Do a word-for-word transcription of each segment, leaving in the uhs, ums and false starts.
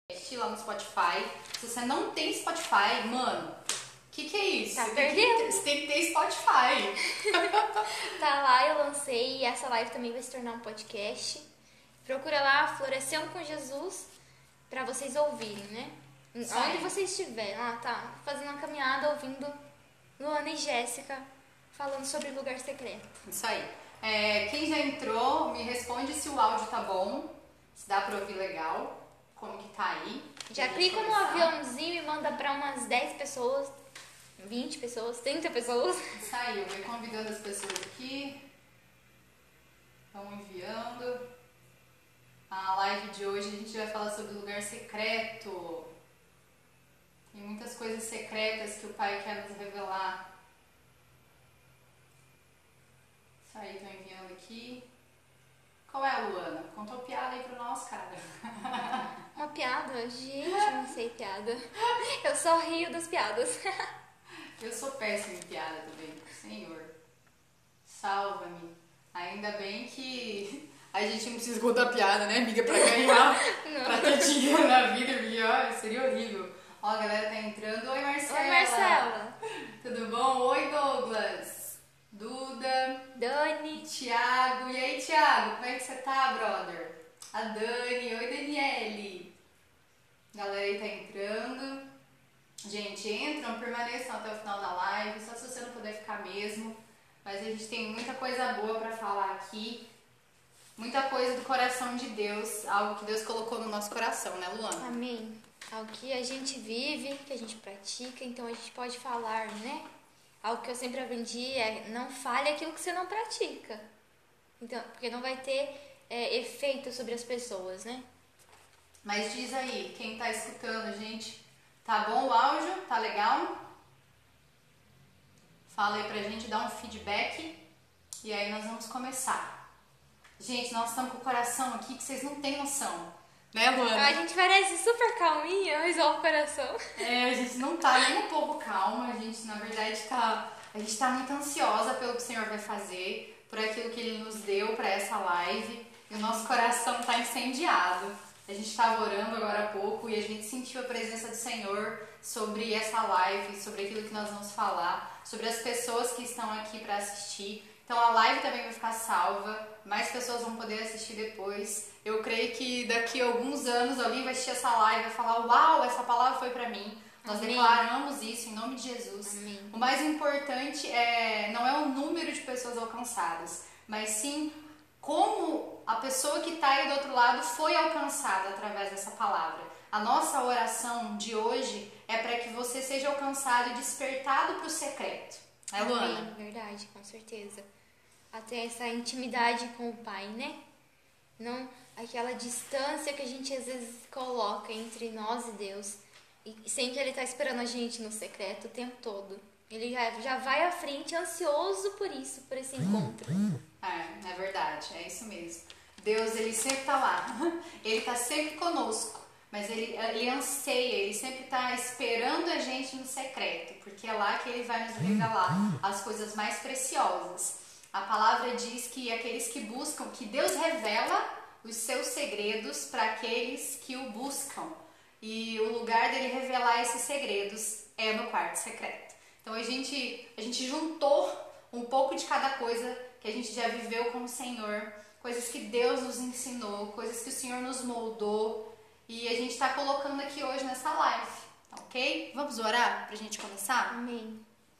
Lá no Spotify. Se você não tem Spotify, mano, o que que é isso? Tá você, perdendo. tem que, você tem que ter Spotify. Tá lá, eu lancei e essa live também vai se tornar um podcast. Procura lá, Florescendo com Jesus, pra vocês ouvirem, né? Isso Onde aí. você estiver, lá tá fazendo uma caminhada, ouvindo Luana e Jéssica falando sobre lugar secreto. Isso aí. É, quem já entrou, me responde se o áudio tá bom, se dá pra ouvir legal, como que tá aí. Já pra clica gente no começar. aviãozinho e manda pra umas dez pessoas, vinte pessoas, trinta pessoas. Isso aí, eu vou convidando as pessoas aqui. Vão enviando. A live de hoje a gente vai falar sobre lugar secreto. Tem muitas coisas secretas que o Pai quer nos revelar. Isso aí, estão enviando aqui. Qual é a Luana? Contou piada aí pro nós, cara. Uma piada? Gente, eu não sei piada. Eu só rio das piadas. Eu sou péssima em piada também. Senhor, salva-me. Ainda bem que a gente não precisa contar piada, né, amiga? Pra ganhar, pra ter dinheiro na vida, porque ó, seria horrível. Ó, a galera tá entrando. Oi, Marcela. Oi, Marcela. Tudo bom? Oi, Douglas. Duda. Dani. Tiago. E aí, Tiago? Como é que você tá, brother? A Dani. Oi, Daniele. A galera aí tá entrando. Gente, entram, permaneçam até o final da live, só se você não puder ficar mesmo. Mas a gente tem muita coisa boa pra falar aqui. Muita coisa do coração de Deus, algo que Deus colocou no nosso coração, né, Luana? Amém. Algo que a gente vive, que a gente pratica, então a gente pode falar, né? Algo que eu sempre aprendi é não fale aquilo que você não pratica. Então, porque não vai ter é, efeito sobre as pessoas, né? Mas diz aí, quem tá escutando, gente, tá bom o áudio? Tá legal? Fala aí pra gente, dá um feedback e aí nós vamos começar. Gente, nós estamos com o coração aqui que vocês não têm noção, né, Luana? A gente parece super calminha, mas ó o coração. É, a gente não tá nem um pouco calma, a gente na verdade tá, a gente tá muito ansiosa pelo que o Senhor vai fazer, por aquilo que Ele nos deu pra essa live, e o nosso coração tá incendiado. A gente estava orando agora há pouco e a gente sentiu a presença do Senhor sobre essa live, sobre aquilo que nós vamos falar, sobre as pessoas que estão aqui para assistir. Então a live também vai ficar salva, mais pessoas vão poder assistir depois. Eu creio que daqui a alguns anos alguém vai assistir essa live e vai falar: uau, essa palavra foi para mim. Nós Amém. Declaramos isso em nome de Jesus. Amém. O mais importante é, não é o número de pessoas alcançadas, mas sim como a pessoa que está aí do outro lado foi alcançada através dessa palavra. A nossa oração de hoje é para que você seja alcançado e despertado para o secreto. É, Luana? Amém, verdade, com certeza. Até essa intimidade com o Pai, né? Não aquela distância que a gente às vezes coloca entre nós e Deus, e sem que Ele tá esperando a gente no secreto o tempo todo. Ele já, já vai à frente, ansioso por isso, por esse encontro. É, é verdade, é isso mesmo. Deus, Ele sempre tá lá. Ele tá sempre conosco. Mas ele, ele anseia, Ele sempre está esperando a gente no secreto, porque é lá que Ele vai nos revelar as coisas mais preciosas. A palavra diz que aqueles que buscam, que Deus revela os seus segredos para aqueles que o buscam. E o lugar dele revelar esses segredos é no quarto secreto. Então a gente, a gente juntou um pouco de cada coisa que a gente já viveu com o Senhor, coisas que Deus nos ensinou, coisas que o Senhor nos moldou. E a gente está colocando aqui hoje nessa live, tá ok? Vamos orar para a gente começar? Amém.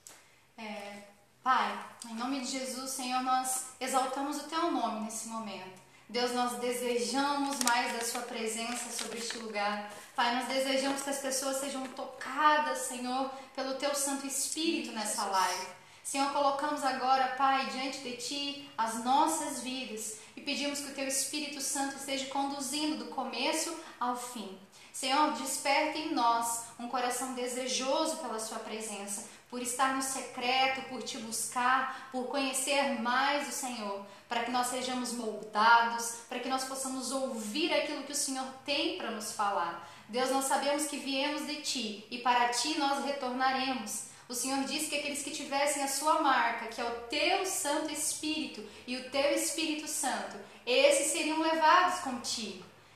É, Pai, em nome de Jesus, Senhor, nós exaltamos o Teu nome nesse momento. Deus, nós desejamos mais da Sua presença sobre este lugar. Pai, nós desejamos que as pessoas sejam tocadas, Senhor, pelo Teu Santo Espírito nessa live. Senhor, colocamos agora, Pai, diante de Ti as nossas vidas e pedimos que o Teu Espírito Santo esteja conduzindo do começo ao fim. Senhor, desperta em nós um coração desejoso pela Sua presença, por estar no secreto, por Te buscar, por conhecer mais o Senhor, para que nós sejamos moldados, para que nós possamos ouvir aquilo que o Senhor tem para nos falar. Deus, nós sabemos que viemos de Ti e para Ti nós retornaremos. O Senhor disse que aqueles que tivessem a sua marca, que é o Teu Santo Espírito e o Teu Espírito Santo, esses seriam levados contigo.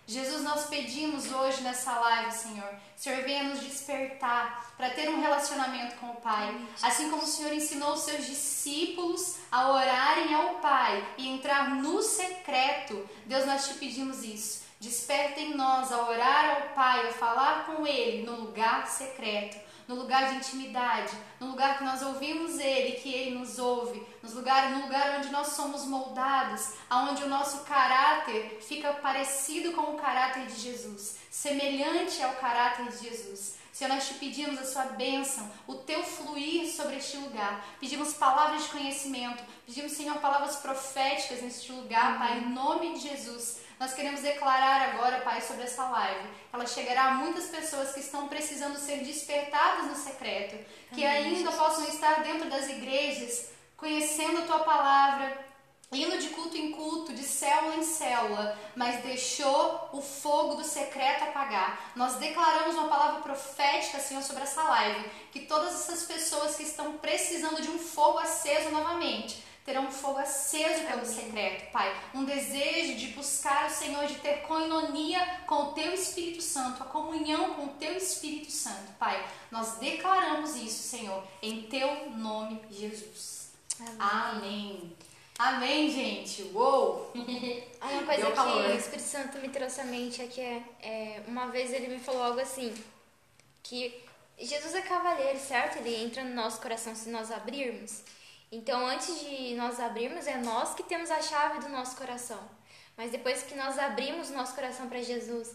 Jesus, nós pedimos hoje nessa live, Senhor, Senhor, venha nos despertar para ter um relacionamento com o Pai. Assim como o Senhor ensinou os seus discípulos a orarem ao Pai e entrar no secreto, Deus, nós te pedimos isso. Desperta em nós a orar ao Pai, a falar com Ele no lugar secreto, no lugar de intimidade, no lugar que nós ouvimos Ele, que Ele nos ouve, no lugar, no lugar onde nós somos moldados, onde o nosso caráter fica parecido com o caráter de Jesus, semelhante ao caráter de Jesus. Senhor, nós te pedimos a sua bênção, o teu fluir sobre este lugar. Pedimos palavras de conhecimento, pedimos, Senhor, palavras proféticas neste lugar, Pai, em nome de Jesus. Nós queremos declarar agora, Pai, sobre essa live. Ela chegará a muitas pessoas que estão precisando ser despertadas no secreto, que ainda possam estar dentro das igrejas, conhecendo a Tua palavra, indo de culto em culto, de célula em célula, mas deixou o fogo do secreto apagar. Nós declaramos uma palavra profética, Senhor, sobre essa live, que todas essas pessoas que estão precisando de um fogo aceso novamente, terão um fogo aceso pelo secreto, Pai. Um desejo de buscar o Senhor, de ter coinonia com o Teu Espírito Santo, a comunhão com o Teu Espírito Santo, Pai. Nós declaramos isso, Senhor, em Teu nome, Jesus. Amém. Amém, Amém, gente. Uou! Uma coisa que o Espírito Santo me trouxe à mente é que é, é, uma vez ele me falou algo assim, que Jesus é cavaleiro, certo? Ele entra no nosso coração se nós abrirmos. Então, antes de nós abrirmos, é nós que temos a chave do nosso coração. Mas depois que nós abrimos o nosso coração para Jesus,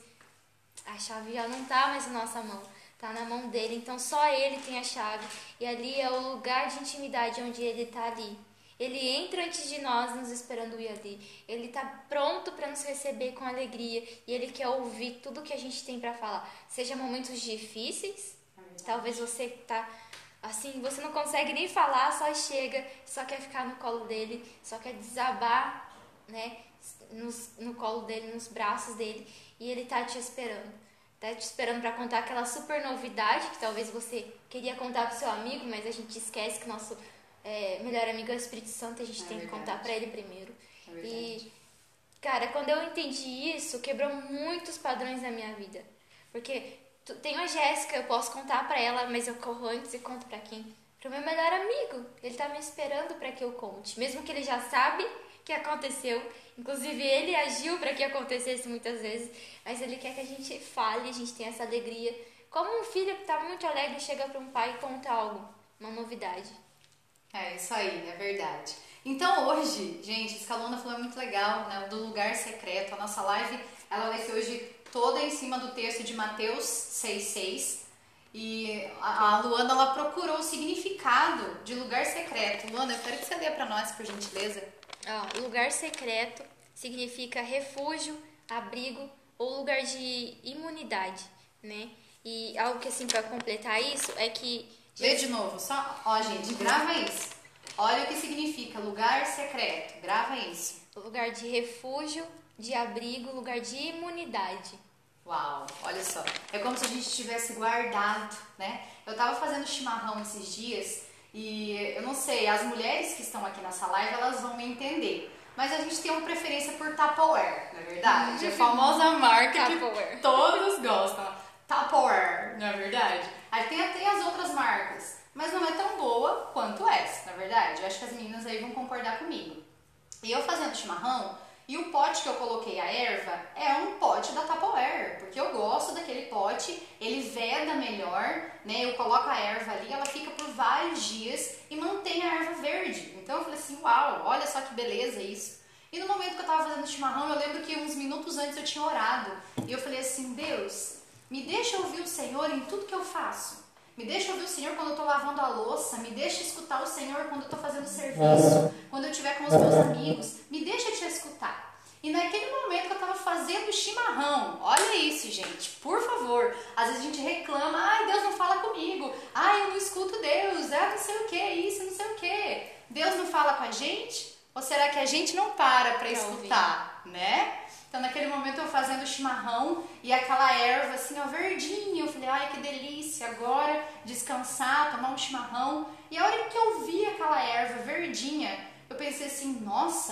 a chave já não está mais na nossa mão, está na mão dele. Então, só ele tem a chave. E ali é o lugar de intimidade onde ele está ali. Ele entra antes de nós, nos esperando ir ali. Ele está pronto para nos receber com alegria. E ele quer ouvir tudo que a gente tem para falar. Seja momentos difíceis, talvez você está... assim, você não consegue nem falar, só chega, só quer ficar no colo dele, só quer desabar, né, nos, no colo dele, nos braços dele, e ele tá te esperando. Tá te esperando para contar aquela super novidade que talvez você queria contar pro seu amigo, mas a gente esquece que nosso é, melhor amigo é o Espírito Santo, a gente é tem verdade. que contar para ele primeiro. É e, cara, quando eu entendi isso, quebrou muitos padrões na minha vida. Porque tem a Jéssica, eu posso contar pra ela, mas eu corro antes e conto pra quem? Pro meu melhor amigo. Ele tá me esperando pra que eu conte. Mesmo que ele já sabe que aconteceu. Inclusive, ele agiu pra que acontecesse muitas vezes. Mas ele quer que a gente fale, a gente tenha essa alegria. Como um filho que tá muito alegre chega pra um pai e conta algo. Uma novidade. É, isso aí, é verdade. Então, hoje, gente, esse que a Luana falou é muito legal, né? Do lugar secreto. A nossa live, ela vai ser hoje toda em cima do texto de Mateus seis, seis. E a Luana, ela procurou o significado de lugar secreto. Luana, eu quero que você lê para nós, por gentileza. Ah, lugar secreto significa refúgio, abrigo ou lugar de imunidade, né? E algo que, assim, para completar isso, é que... Lê de novo, só... Ó, gente, grava isso. Olha o que significa lugar secreto. Grava isso. Lugar de refúgio, de abrigo, lugar de imunidade. Uau, olha só. É como se a gente tivesse guardado, né? Eu tava fazendo chimarrão esses dias e eu não sei, as mulheres que estão aqui nessa live, elas vão me entender. Mas a gente tem uma preferência por Tupperware, não é verdade? A famosa marca que todos gostam. Tupperware, não é verdade? Aí tem até as outras marcas, mas não é tão boa quanto essa, não é verdade? Eu acho que as meninas aí vão concordar comigo. E eu fazendo chimarrão, e o pote que eu coloquei a erva é um pote da Tupperware, porque eu gosto daquele pote, ele veda melhor, né? Eu coloco a erva ali, ela fica por vários dias e mantém a erva verde. Então eu falei assim, uau, olha só que beleza isso. E no momento que eu tava fazendo chimarrão, eu lembro que uns minutos antes eu tinha orado. E eu falei assim, Deus, me deixa ouvir o Senhor em tudo que eu faço. Me deixa ouvir o Senhor quando eu estou lavando a louça. Me deixa escutar o Senhor quando eu estou fazendo serviço. Quando eu estiver com os meus amigos. Me deixa te escutar. E naquele momento que eu estava fazendo chimarrão, olha isso, gente, por favor. Às vezes a gente reclama, ai, Deus não fala comigo. Ai, eu não escuto Deus. Ah, não sei o que, isso, não sei o que. Deus não fala com a gente? Ou será que a gente não para para escutar, né? Então, naquele momento, eu fazendo chimarrão e aquela erva assim, ó, verdinha. Eu falei, ai, que delícia, agora descansar, tomar um chimarrão. E a hora que eu vi aquela erva verdinha, eu pensei assim, nossa,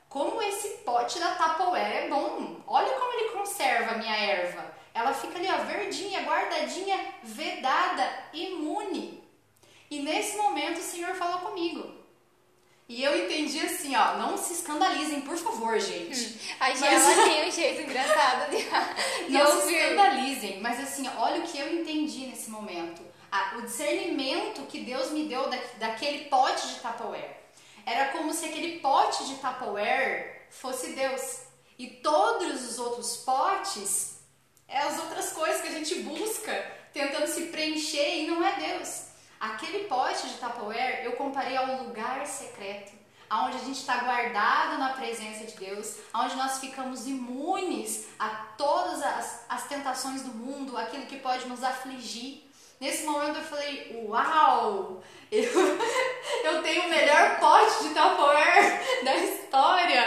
como esse pote da Tupperware é bom. Olha como ele conserva a minha erva. Ela fica ali, ó, verdinha, guardadinha, vedada, imune. E nesse momento o Senhor falou comigo. E eu entendi assim, ó, não se escandalizem, por favor, gente. Hum, a Mas... Gela tem um jeito engraçado de, de não ouvir. se escandalizem, mas assim, olha o que eu entendi nesse momento. Ah, o discernimento que Deus me deu da, daquele pote de Tupperware. Era como se aquele pote de Tupperware fosse Deus. E todos os outros potes é as outras coisas que a gente busca, tentando se preencher e não é Deus. Aquele pote de Tupperware eu comparei ao lugar secreto, onde a gente está guardado na presença de Deus, onde nós ficamos imunes a todas as, as tentações do mundo, aquilo que pode nos afligir. Nesse momento eu falei, uau, eu, eu tenho o melhor pote de Tupperware da história.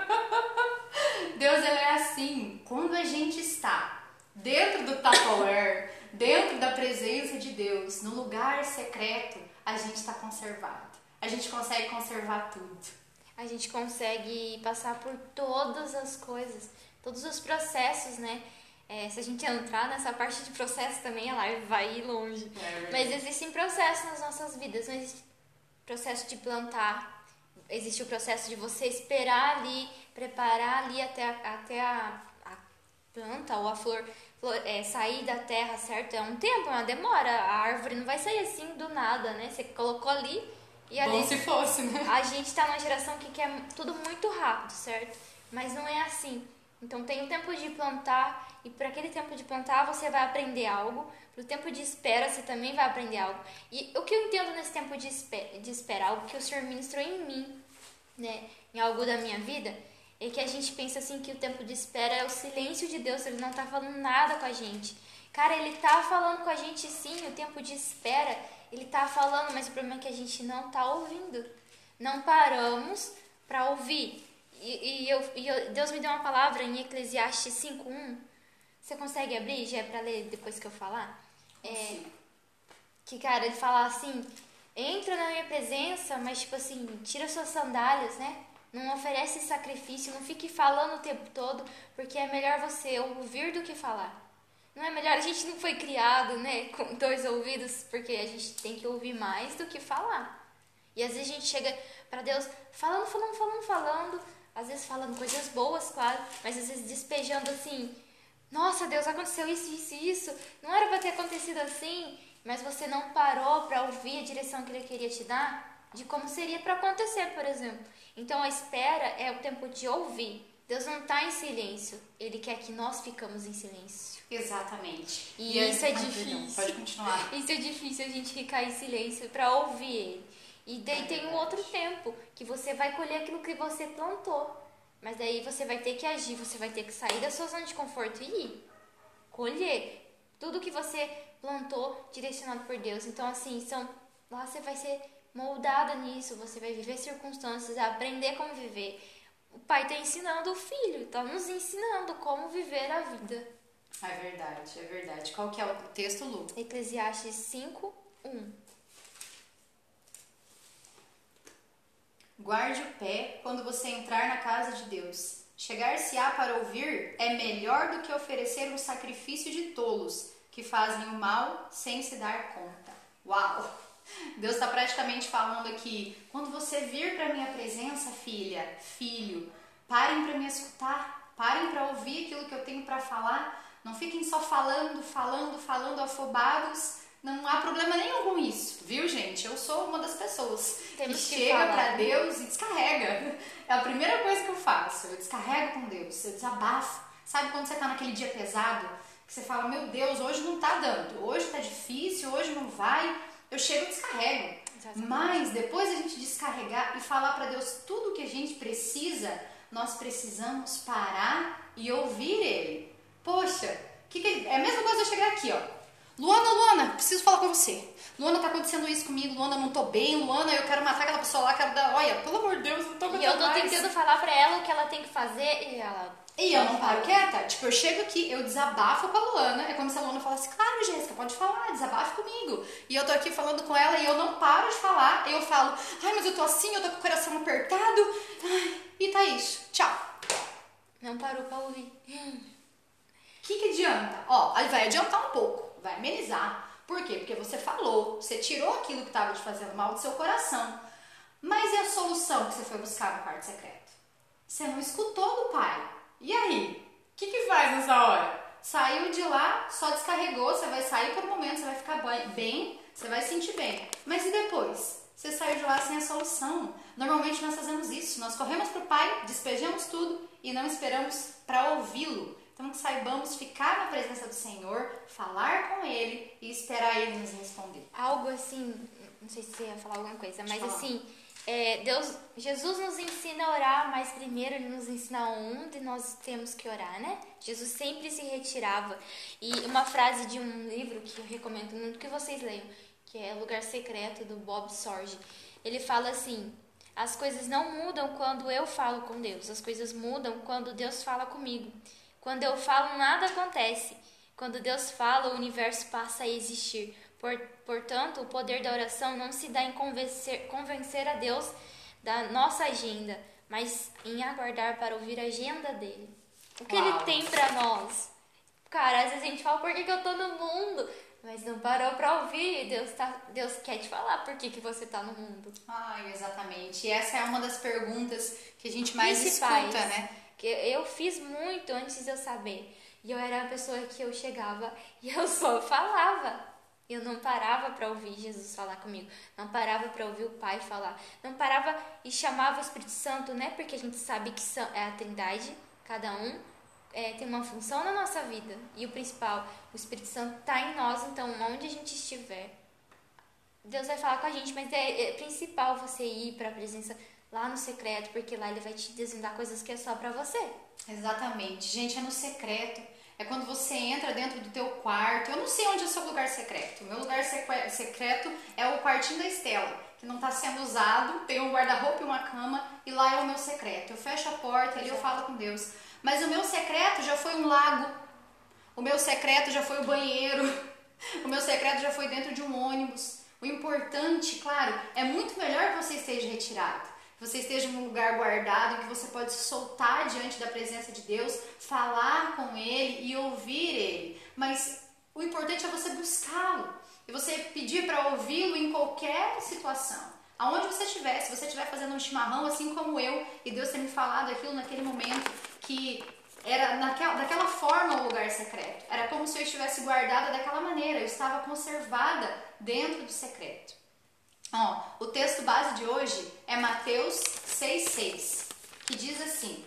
Deus, ele é assim, quando a gente está dentro do Tupperware, dentro da presença de Deus, no lugar secreto, a gente está conservado. A gente consegue conservar tudo. A gente consegue passar por todas as coisas, todos os processos, né? É, se a gente entrar nessa parte de processo também, a live vai ir longe. É, mas existem processos nas nossas vidas. Não existe processo de plantar, existe o processo de você esperar ali, preparar ali até a, até a, a planta ou a flor, flor é, sair da terra, certo? É um tempo, é uma demora. A árvore não vai sair assim do nada, né? Você colocou ali e ali... Bom se fosse, né? A gente tá numa geração que quer tudo muito rápido, certo? Mas não é assim. Então tem o tempo de plantar, e para aquele tempo de plantar você vai aprender algo, para o tempo de espera você também vai aprender algo. E o que eu entendo nesse tempo de espera, de espera, algo que o Senhor ministrou em mim, né, em algo da minha vida, é que a gente pensa assim que o tempo de espera é o silêncio de Deus, ele não tá falando nada com a gente. Cara, ele tá falando com a gente sim, o tempo de espera, ele tá falando, mas o problema é que a gente não tá ouvindo. Não paramos para ouvir. E, e, eu, e eu, Deus me deu uma palavra em Eclesiastes cinco um. Você consegue abrir, já é pra ler depois que eu falar? É, que, cara, ele fala assim, entra na minha presença, mas tipo assim, tira suas sandálias, né? Não oferece sacrifício, não fique falando o tempo todo, porque é melhor você ouvir do que falar. Não é melhor? A gente não foi criado, né, com dois ouvidos, porque a gente tem que ouvir mais do que falar. E às vezes a gente chega pra Deus falando, falando, falando, falando, às vezes falando coisas boas, claro, mas às vezes despejando assim, nossa, Deus, aconteceu isso, isso e isso, não era pra ter acontecido assim, mas você não parou pra ouvir a direção que Ele queria te dar, de como seria pra acontecer, por exemplo. Então a espera é o tempo de ouvir. Deus não está em silêncio, Ele quer que nós ficamos em silêncio. Exatamente. E, e isso é, é difícil. Perdão, pode continuar. Isso é difícil, a gente ficar em silêncio para ouvir Ele. E daí é tem um outro tempo, que você vai colher aquilo que você plantou. Mas daí você vai ter que agir, você vai ter que sair da sua zona de conforto e ir. Colher tudo que você plantou, direcionado por Deus. Então assim, são, lá você vai ser moldada nisso, você vai viver circunstâncias, aprender como viver. O pai está ensinando o filho, está nos ensinando como viver a vida. É verdade, é verdade. Qual que é o texto, Lu? Eclesiastes cinco, um. Guarde o pé quando você entrar na casa de Deus. Chegar-se-á para ouvir é melhor do que oferecer um sacrifício de tolos, que fazem o mal sem se dar conta. Uau! Deus está praticamente falando aqui, quando você vir para a minha presença, filha, filho, parem para me escutar, parem para ouvir aquilo que eu tenho para falar, não fiquem só falando, falando, falando, afobados, não há problema nenhum com isso, viu, gente? Eu sou uma das pessoas Temos que, que chega para né? Deus e descarrega. É a primeira coisa que eu faço, eu descarrego com Deus, eu desabafo. Sabe quando você tá naquele dia pesado, que você fala, meu Deus, hoje não tá dando, hoje tá difícil, hoje não vai... Eu chego e descarrego. Exatamente. Mas depois a gente descarregar e falar para Deus tudo o que a gente precisa, nós precisamos parar e ouvir Ele. Poxa, que que ele... é a mesma coisa eu chegar aqui, ó. Luana, Luana, preciso falar com você. Luana, tá acontecendo isso comigo. Luana, não tô bem. Luana, eu quero matar aquela pessoa lá, quero dar... Olha, pelo amor de Deus, não tô aguentando mais. E eu tô mais. tentando falar pra ela o que ela tem que fazer e ela... E eu não paro quieta. Tipo, eu chego aqui, eu desabafo com a Luana. É como se a Luana falasse, claro, Jéssica, pode falar, desabafe comigo. E eu tô aqui falando com ela e eu não paro de falar. Eu falo, ai, mas eu tô assim, eu tô com o coração apertado. Ai, e tá isso. Tchau. Não parou pra ouvir. O que, que adianta? Ó, aí vai adiantar um pouco, vai amenizar. Por quê? Porque você falou, você tirou aquilo que estava te fazendo mal do seu coração. Mas e a solução que você foi buscar no quarto secreto? Você não escutou do pai. E aí? O que, que faz nessa hora? Saiu de lá, só descarregou, você vai sair por um momento, você vai ficar bem, você vai se sentir bem. Mas e depois? Você saiu de lá sem a solução. Normalmente nós fazemos isso, nós corremos para o pai, despejamos tudo e não esperamos para ouvi-lo. Então que saibamos ficar na presença do Senhor, falar com Ele e esperar Ele nos responder. Algo assim, não sei se você ia falar alguma coisa, mas falar. assim, é, Deus, Jesus nos ensina a orar, mas primeiro Ele nos ensina onde nós temos que orar, né? Jesus sempre se retirava. E uma frase de um livro que eu recomendo muito que vocês leiam, que é Lugar Secreto, do Bob Sorge. Ele fala assim: as coisas não mudam quando eu falo com Deus, as coisas mudam quando Deus fala comigo. Quando eu falo, nada acontece. Quando Deus fala, o universo passa a existir. Por, portanto, o poder da oração não se dá em convencer, convencer a Deus da nossa agenda, mas em aguardar para ouvir a agenda dele. O que Uau. Ele tem para nós? Cara, às vezes a gente fala, por que, que eu tô no mundo? Mas não parou para ouvir. Deus, tá, Deus quer te falar por que, que você tá no mundo. Ai, exatamente. E essa é uma das perguntas que a gente mais escuta, né? Que eu fiz muito antes de eu saber. E eu era a pessoa que eu chegava e eu só falava. Eu não parava para ouvir Jesus falar comigo. Não parava para ouvir o Pai falar. Não parava e chamava o Espírito Santo, né? Porque a gente sabe que são, é a Trindade. Cada um é, tem uma função na nossa vida. E o principal, o Espírito Santo está em nós. Então, onde a gente estiver, Deus vai falar com a gente. Mas é, é principal você ir para a presença lá no secreto, porque lá Ele vai te desvendar coisas que é só pra você. Exatamente. Gente, é no secreto. É quando você entra dentro do teu quarto. Eu não sei onde é o seu lugar secreto. O meu lugar secreto é o quartinho da Estela, que não está sendo usado. Tem um guarda-roupa e uma cama, e lá é o meu secreto. Eu fecho a porta e ali eu falo com Deus. Mas o meu secreto já foi um lago. O meu secreto já foi o banheiro. O meu secreto já foi dentro de um ônibus. O importante, claro, é muito melhor que você esteja retirado. Que você esteja em um lugar guardado, em que você pode se soltar diante da presença de Deus, falar com Ele e ouvir Ele. Mas o importante é você buscá-lo e você pedir para ouvi-lo em qualquer situação. Aonde você estiver, se você estiver fazendo um chimarrão, assim como eu, e Deus ter me falado aquilo naquele momento, que era naquela, daquela forma o lugar secreto. Era como se eu estivesse guardada daquela maneira, eu estava conservada dentro do secreto. Ó, o texto base de hoje é Mateus seis, seis, que diz assim: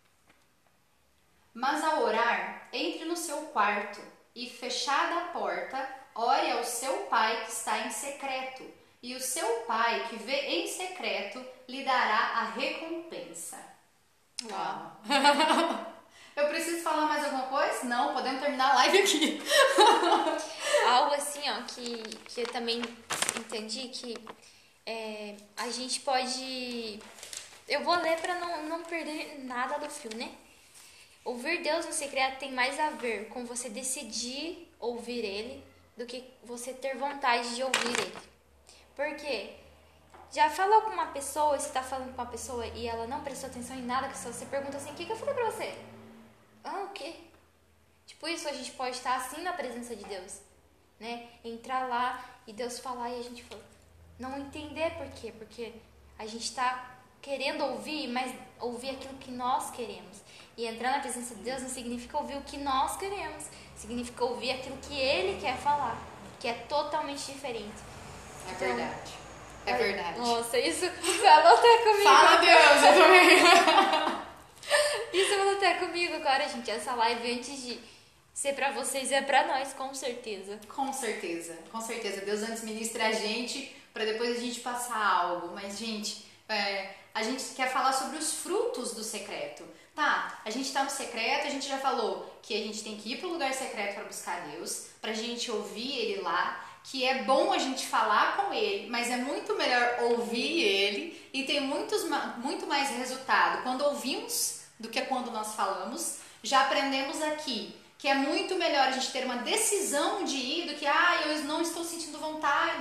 mas ao orar, entre no seu quarto e, fechada a porta, ore ao seu pai que está em secreto, e o seu pai que vê em secreto lhe dará a recompensa. Uau! Eu preciso falar mais alguma coisa? Não, podemos terminar a live aqui. Algo assim, ó, que, que eu também entendi que é, a gente pode... Eu vou ler para não, não perder nada do fio, né? Ouvir Deus no secreto tem mais a ver com você decidir ouvir Ele do que você ter vontade de ouvir Ele. Por quê? Já falou com uma pessoa, você está falando com uma pessoa e ela não prestou atenção em nada que você pergunta assim, o que, que eu falei pra você? Ah, o quê? Tipo isso, a gente pode estar assim na presença de Deus, né? Entrar lá e Deus falar e a gente não entender por quê? Porque a gente está querendo ouvir, mas ouvir aquilo que nós queremos. E entrar na presença de Deus não significa ouvir o que nós queremos, significa ouvir aquilo que Ele quer falar, que é totalmente diferente. É então, verdade. É verdade. Nossa, isso falou até comigo. Fala Deus, eu também. Isso falou até comigo agora, gente. Essa live, antes de ser pra vocês, é pra nós, com certeza. Com certeza, com certeza. Deus antes ministra a gente pra depois a gente passar algo. Mas, gente, é, a gente quer falar sobre os frutos do secreto. Tá, a gente tá no secreto, a gente já falou que a gente tem que ir pro lugar secreto pra buscar Deus, pra gente ouvir Ele lá. Que é bom a gente falar com Ele, mas é muito melhor ouvir Ele e tem muitos, muito mais resultado quando ouvimos do que quando nós falamos. Já aprendemos aqui que é muito melhor a gente ter uma decisão de ir do que, ah, eu não estou sentindo vontade,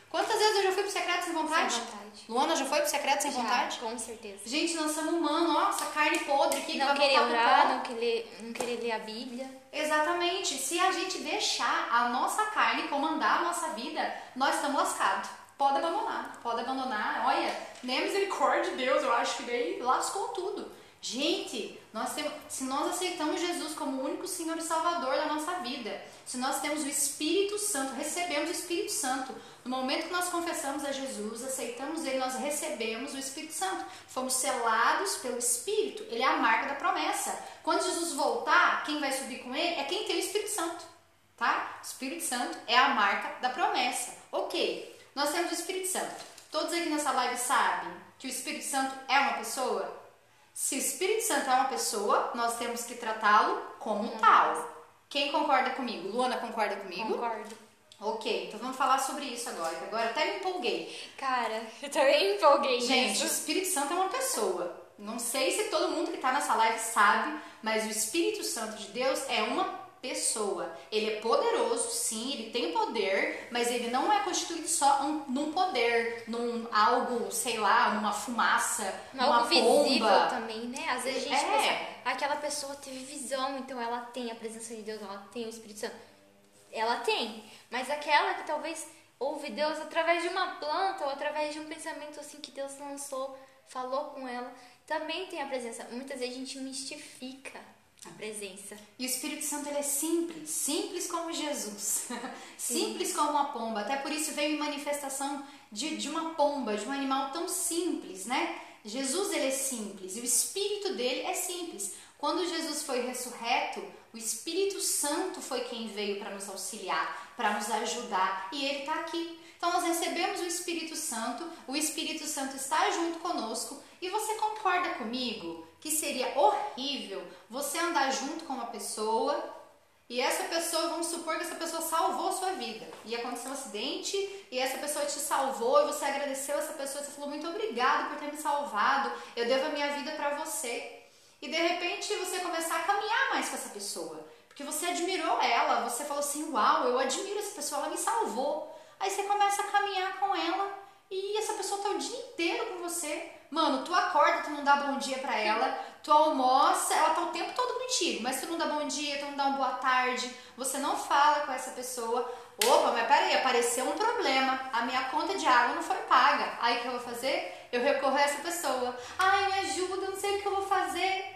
Quantas vezes eu já fui pro secreto sem vontade? Sem vontade. Luana já foi pro secreto sem Já, vontade? com certeza. Gente, nós somos humanos, nossa, carne podre aqui. Não que vai querer voltar pro orar, pó. não querer, não querer ler a Bíblia. Exatamente. Se a gente deixar a nossa carne comandar a nossa vida, nós estamos lascados. Pode abandonar, pode abandonar. Olha, nem a misericórdia de Deus, eu acho que daí lascou tudo. Gente, nós temos, se nós aceitamos Jesus como o único Senhor e Salvador da nossa vida, se nós temos o Espírito Santo, recebemos o Espírito Santo, no momento que nós confessamos a Jesus, aceitamos Ele, nós recebemos o Espírito Santo. Fomos selados pelo Espírito, Ele é a marca da promessa. Quando Jesus voltar, quem vai subir com Ele é quem tem o Espírito Santo, tá? O Espírito Santo é a marca da promessa. Ok, nós temos o Espírito Santo. Todos aqui nessa live sabem que o Espírito Santo é uma pessoa? Se o Espírito Santo é uma pessoa, nós temos que tratá-lo como tal. Quem concorda comigo? Luana concorda comigo? Concordo. Ok, então vamos falar sobre isso agora, que agora até me empolguei. Cara, eu também me empolguei Gente, nisso. o Espírito Santo é uma pessoa. Não sei se todo mundo que está nessa live sabe, mas o Espírito Santo de Deus é uma pessoa. Ele é poderoso, sim, ele tem poder, mas ele não é constituído só um, num poder, num algo, sei lá, numa fumaça, numa Algo visível pomba. também, né? Às vezes a gente É. pensa, aquela pessoa teve visão, então ela tem a presença de Deus, ela tem o Espírito Santo. Ela tem, mas aquela que talvez ouve Deus através de uma planta ou através de um pensamento assim que Deus lançou, falou com ela, também tem a presença. Muitas vezes a gente mistifica a presença. E o Espírito Santo ele é simples, simples como Jesus, simples como uma pomba. Até por isso veio em manifestação de, de uma pomba, de um animal tão simples, né? Jesus ele é simples e o Espírito dele é simples. Quando Jesus foi ressurreto, o Espírito Santo foi quem veio para nos auxiliar, para nos ajudar, e ele está aqui. Então nós recebemos o Espírito Santo, o Espírito Santo está junto conosco, e você concorda comigo que seria horrível você andar junto com uma pessoa e essa pessoa, vamos supor que essa pessoa salvou a sua vida e aconteceu um acidente e essa pessoa te salvou e você agradeceu essa pessoa, você falou muito obrigado por ter me salvado, eu devo a minha vida para você. E de repente você começar a caminhar mais com essa pessoa, porque você admirou ela, você falou assim, uau, eu admiro essa pessoa, ela me salvou. Aí você começa a caminhar com ela e essa pessoa tá o dia inteiro com você. Mano, tu acorda, tu não dá bom dia pra ela, tu almoça, ela tá o tempo todo contigo, mas tu não dá bom dia, tu não dá uma boa tarde, você não fala com essa pessoa. Opa, mas peraí, apareceu um problema, a minha conta de água não foi paga. Aí o que eu vou fazer? Eu recorro a essa pessoa. Ai, me ajuda, eu não sei o que eu vou fazer.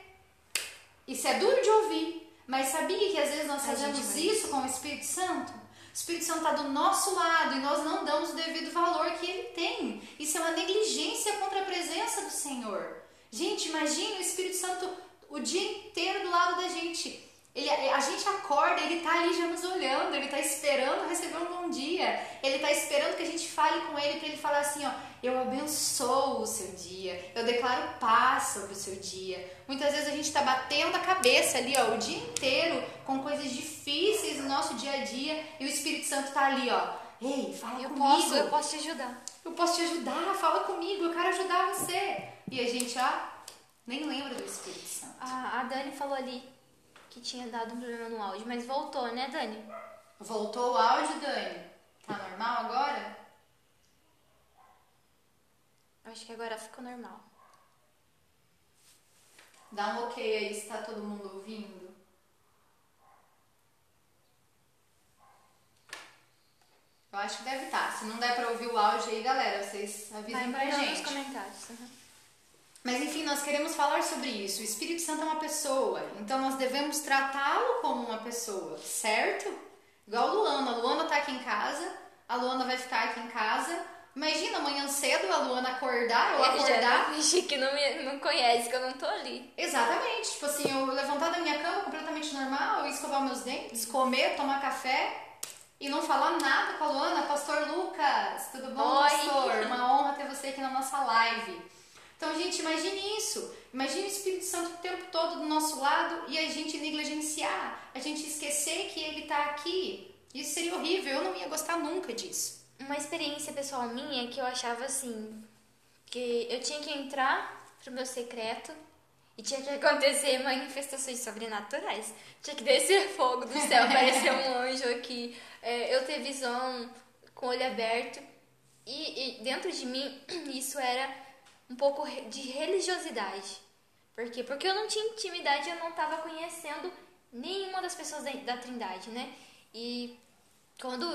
Isso é duro de ouvir, mas sabia que às vezes nós fazemos isso com o Espírito Santo? O Espírito Santo está do nosso lado e nós não damos o devido valor que ele tem. Isso é uma negligência contra a presença do Senhor. Gente, imagine o Espírito Santo o dia inteiro do lado da gente. Ele, a gente acorda, ele está ali já nos olhando, ele está esperando receber um bom dia. Ele está esperando que a gente fale com ele para ele falar assim, ó, eu abençoo o seu dia, eu declaro paz sobre o seu dia. Muitas vezes a gente está batendo a cabeça ali, ó, o dia inteiro com coisas difíceis no nosso dia a dia e o Espírito Santo está ali, ó, ei, fala eu comigo. Posso, eu posso te ajudar. Eu posso te ajudar, fala comigo, eu quero ajudar você. E a gente, ó, nem lembra do Espírito Santo. A, a Dani falou ali que tinha dado um problema no áudio, mas voltou, né, Dani? Voltou o áudio, Dani? Tá normal agora? Acho que agora ficou normal. Dá um ok aí se tá todo mundo ouvindo. Eu acho que deve estar. Se não der pra ouvir o áudio aí, galera, vocês avisem pra gente. Nos comentários. Uhum. Mas enfim, nós queremos falar sobre isso. O Espírito Santo é uma pessoa, então nós devemos tratá-lo como uma pessoa, certo? Igual a Luana. A Luana tá aqui em casa, a Luana vai ficar aqui em casa. Imagina amanhã cedo a Luana acordar, eu acordar. Já fingi que não me não conhece, que eu não tô ali. Exatamente. Tipo assim, eu levantar da minha cama completamente normal, eu escovar meus dentes, comer, tomar café e não falar nada com a Luana. Pastor Lucas, tudo bom, Oi. pastor? Uma honra ter você aqui na nossa live. Então, gente, imagine isso. Imagine o Espírito Santo o tempo todo do nosso lado e a gente negligenciar, a gente esquecer que ele está aqui. Isso seria horrível, eu não ia gostar nunca disso. Uma experiência pessoal minha que eu achava assim, que eu tinha que entrar pro meu secreto e tinha que acontecer manifestações sobrenaturais. Tinha que descer fogo do céu, aparecer um anjo aqui, é, eu ter visão com o olho aberto. E, e dentro de mim, isso era um pouco de religiosidade. Por quê? Porque eu não tinha intimidade, eu não estava conhecendo nenhuma das pessoas da, da Trindade, né? E quando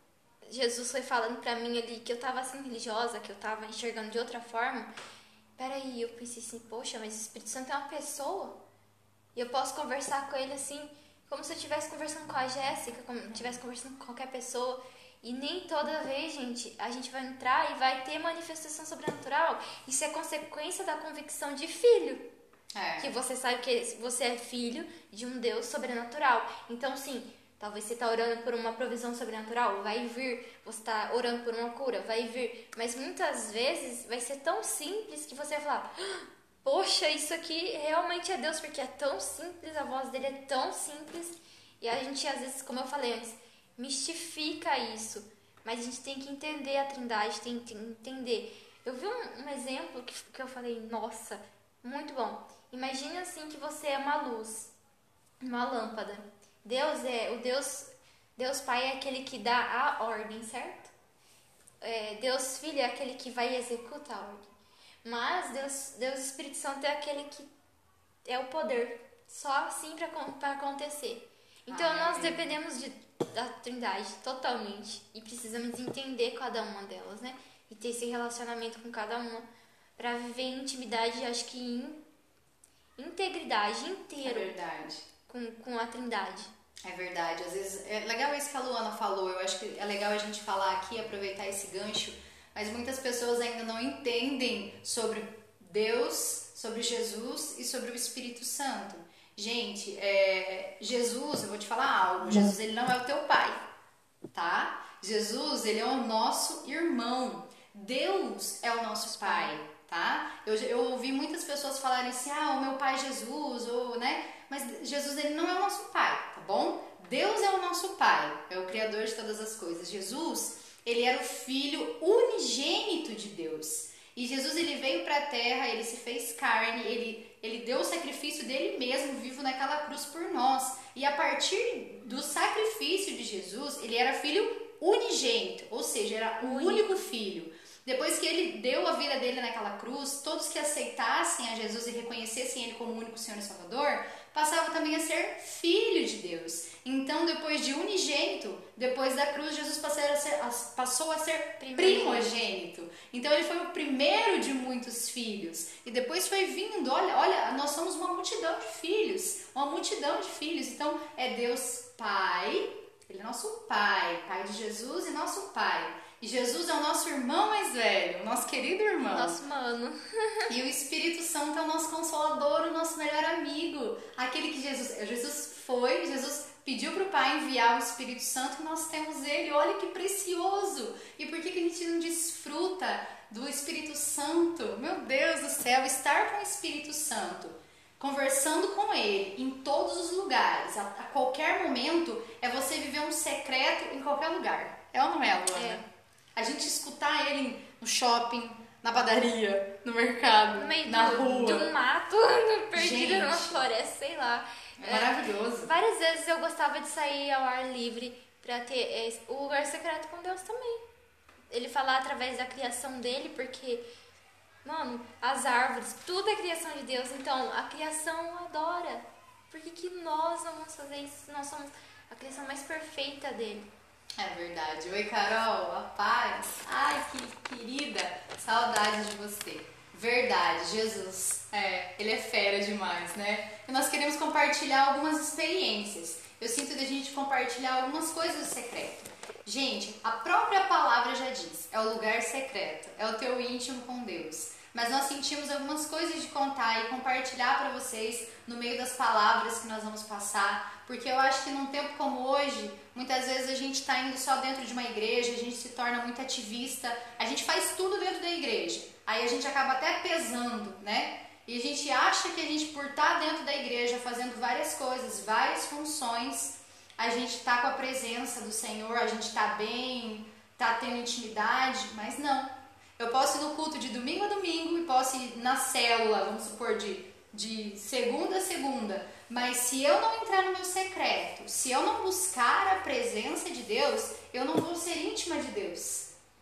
Jesus foi falando pra mim ali que eu estava assim religiosa, que eu estava enxergando de outra forma, peraí, eu pensei assim, poxa, mas o Espírito Santo é uma pessoa? E eu posso conversar com ele assim, como se eu estivesse conversando com a Jéssica, como se eu estivesse conversando com qualquer pessoa. E nem toda vez, gente, a gente vai entrar e vai ter manifestação sobrenatural. Isso é consequência da convicção de filho. É. Que você sabe que você é filho de um Deus sobrenatural. Então, sim, talvez você está orando por uma provisão sobrenatural, vai vir. Você está orando por uma cura, vai vir. Mas muitas vezes vai ser tão simples que você vai falar, poxa, isso aqui realmente é Deus, porque é tão simples, a voz dele é tão simples. E a gente, às vezes, como eu falei antes, mistifica isso. Mas a gente tem que entender a Trindade, tem que entender. Eu vi um, um exemplo que, que eu falei, nossa, muito bom. Imagina assim que você é uma luz, uma lâmpada. Deus é, o Deus, Deus Pai é aquele que dá a ordem, certo? É, Deus Filho é aquele que vai executar a ordem. Mas Deus, Deus Espírito Santo é aquele que é o poder, só assim para acontecer. Então Amém. Nós dependemos de, da Trindade totalmente e precisamos entender cada uma delas, né? E ter esse relacionamento com cada uma para viver em intimidade, acho que em integridade inteira. É verdade. Com, com a Trindade. É verdade. Às vezes é legal isso que a Luana falou. Eu acho que é legal a gente falar aqui, aproveitar esse gancho. Mas muitas pessoas ainda não entendem sobre Deus, sobre Jesus e sobre o Espírito Santo. Gente, é, Jesus, eu vou te falar algo. Jesus, ele não é o teu pai, tá? Jesus, ele é o nosso irmão. Deus é o nosso pai, tá? Eu, eu ouvi muitas pessoas falarem assim, ah, o meu pai Jesus, ou, né? Mas Jesus, ele não é o nosso pai, tá bom? Deus é o nosso pai, é o criador de todas as coisas. Jesus, ele era o filho unigênito de Deus. E Jesus, ele veio para a terra, ele se fez carne, ele, ele deu o sacrifício dele mesmo, vivo naquela cruz por nós. E a partir do sacrifício de Jesus, ele era filho unigênito, ou seja, era o único filho. Depois que ele deu a vida dele naquela cruz, todos que aceitassem a Jesus e reconhecessem ele como o único Senhor e Salvador, passavam também a ser filho de Deus. Então, depois de unigênito, depois da cruz, Jesus passou a ser, passou a ser primogênito. Então, ele foi o primeiro de muitos filhos. E depois foi vindo, olha, olha, nós somos uma multidão de filhos, uma multidão de filhos. Então, é Deus Pai, ele é nosso Pai, Pai de Jesus e nosso Pai. E Jesus é o nosso irmão mais velho, o nosso querido irmão. Nosso mano. E o Espírito Santo é o nosso consolador, o nosso melhor amigo. Aquele que Jesus... Jesus foi, Jesus pediu para o Pai enviar o Espírito Santo e nós temos ele. Olha que precioso! E por que, que a gente não desfruta do Espírito Santo? Meu Deus do céu, estar com o Espírito Santo, conversando com ele em todos os lugares, a, a qualquer momento, é você viver um secreto em qualquer lugar. É ou não é, Luana? É. A gente escutar ele no shopping, na padaria, no mercado, no meio na do, rua. De um mato, perdido numa floresta, sei lá. É maravilhoso. É, várias vezes eu gostava de sair ao ar livre pra ter é, o lugar secreto com Deus também. Ele falar através da criação dele, porque, mano, as árvores, tudo é criação de Deus. Então, a criação adora. Por que, que nós não vamos fazer isso? Nós somos a criação mais perfeita dele. É verdade. Oi, Carol, a paz. Ai, que querida, saudade de você. Verdade, Jesus, é, ele é fera demais, né? E nós queremos compartilhar algumas experiências. Eu sinto da gente compartilhar algumas coisas do secreto. Gente, a própria palavra já diz, é o lugar secreto, é o teu íntimo com Deus. Mas nós sentimos algumas coisas de contar e compartilhar para vocês no meio das palavras que nós vamos passar, porque eu acho que num tempo como hoje, muitas vezes a gente está indo só dentro de uma igreja, a gente se torna muito ativista, a gente faz tudo dentro da igreja, aí a gente acaba até pesando, né? E a gente acha que a gente, por estar dentro da igreja, fazendo várias coisas, várias funções, a gente está com a presença do Senhor, a gente está bem, está tendo intimidade, mas não. Eu posso ir no culto de domingo a domingo e posso ir na célula, vamos supor, de, de segunda a segunda. Mas se eu não entrar no meu secreto, se eu não buscar a presença de Deus, eu não vou ser íntima de Deus,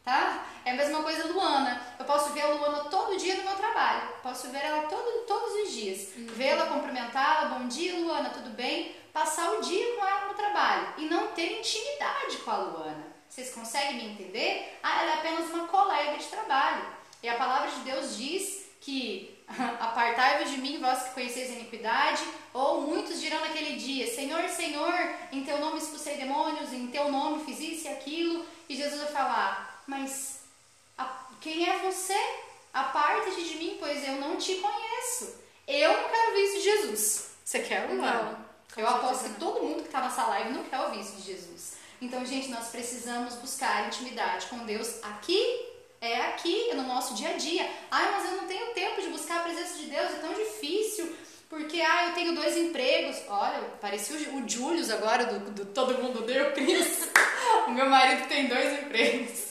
tá? É a mesma coisa a Luana. Eu posso ver a Luana todo dia no meu trabalho. Posso ver ela todo, todos os dias. Uhum. Vê-la, cumprimentá-la, bom dia, Luana, tudo bem? Passar o dia com ela no trabalho e não ter intimidade com a Luana. Vocês conseguem me entender? Ah, ela é apenas uma colega de trabalho. E a palavra de Deus diz que apartai-vos de mim, vós que conheceis a iniquidade, ou muitos dirão naquele dia, Senhor, Senhor, em teu nome expulsei demônios, em teu nome fiz isso e aquilo, e Jesus vai falar, mas a, quem é você? Aparta-te de mim, pois eu não te conheço. Eu não quero ouvir isso de Jesus. Você quer, Luana? Eu aposto que todo mundo que está nessa live não quer ouvir isso de Jesus. Então, gente, nós precisamos buscar intimidade com Deus aqui, é aqui, no nosso dia a dia. Ai, mas eu não tenho tempo de buscar a presença de Deus, é tão difícil, porque, ah, eu tenho dois empregos. Olha, parecia o, o Julius agora, do, do Todo Mundo Deu Cris. O meu marido tem dois empregos.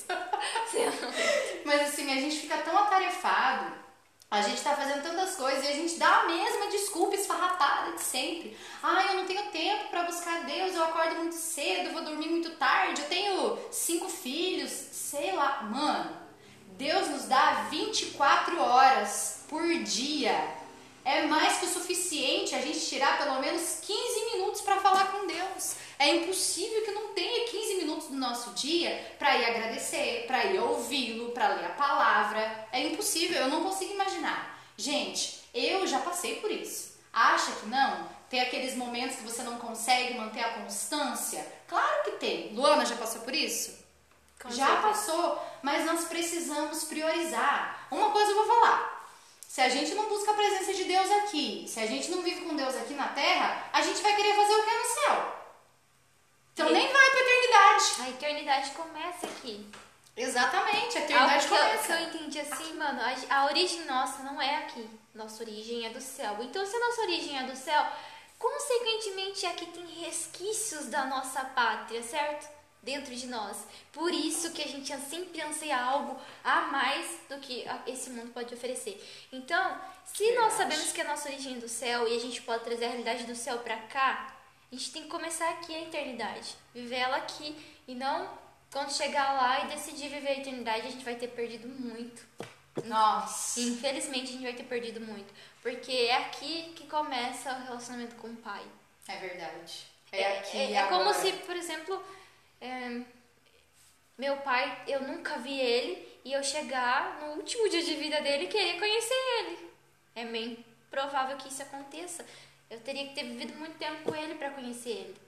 Mas assim, a gente fica tão atarefado, a gente tá fazendo tantas coisas e a gente dá a mesma desculpa esfarrapada de sempre. Ah, eu não tenho tempo para buscar Deus, eu acordo muito cedo, eu vou dormir muito tarde, eu tenho cinco filhos, sei lá. Mano, Deus nos dá vinte e quatro horas por dia. É mais que o suficiente a gente tirar pelo menos quinze minutos para falar com Deus. É impossível que não tenha quinze minutos do nosso dia para ir agradecer, para ir ouvi-lo, para ler a palavra. É impossível, eu não consigo imaginar. Gente, eu já passei por isso. Acha que não? Tem aqueles momentos que você não consegue manter a constância? Claro que tem. Luana já passou por isso? Com já certeza. Passou, mas nós precisamos priorizar. Uma coisa eu vou falar. Se a gente não busca a presença de Deus aqui, se a gente não vive com Deus aqui na terra, a gente vai querer fazer o que no céu? Então e nem vai pra eternidade. A eternidade começa aqui. Exatamente, a eternidade Algo começa. Que eu, que eu entendi assim, mano, a, a origem nossa não é aqui. Nossa origem é do céu. Então, se a nossa origem é do céu, consequentemente aqui tem resquícios da nossa pátria, certo? Dentro de nós. Por isso que a gente sempre anseia algo a mais do que esse mundo pode oferecer. Então, se Verdade. Nós sabemos que a nossa origem é do céu e a gente pode trazer a realidade do céu pra cá, a gente tem que começar aqui a eternidade. Viver ela aqui. E não quando chegar lá e decidir viver a eternidade, a gente vai ter perdido muito. Nossa! Infelizmente, a gente vai ter perdido muito. Porque é aqui que começa o relacionamento com o Pai. É verdade. É aqui É, é, é como se, por exemplo... É, meu pai, eu nunca vi ele e eu chegar no último dia de vida dele e querer conhecer ele. É bem provável que isso aconteça. Eu teria que ter vivido muito tempo com ele para conhecer ele.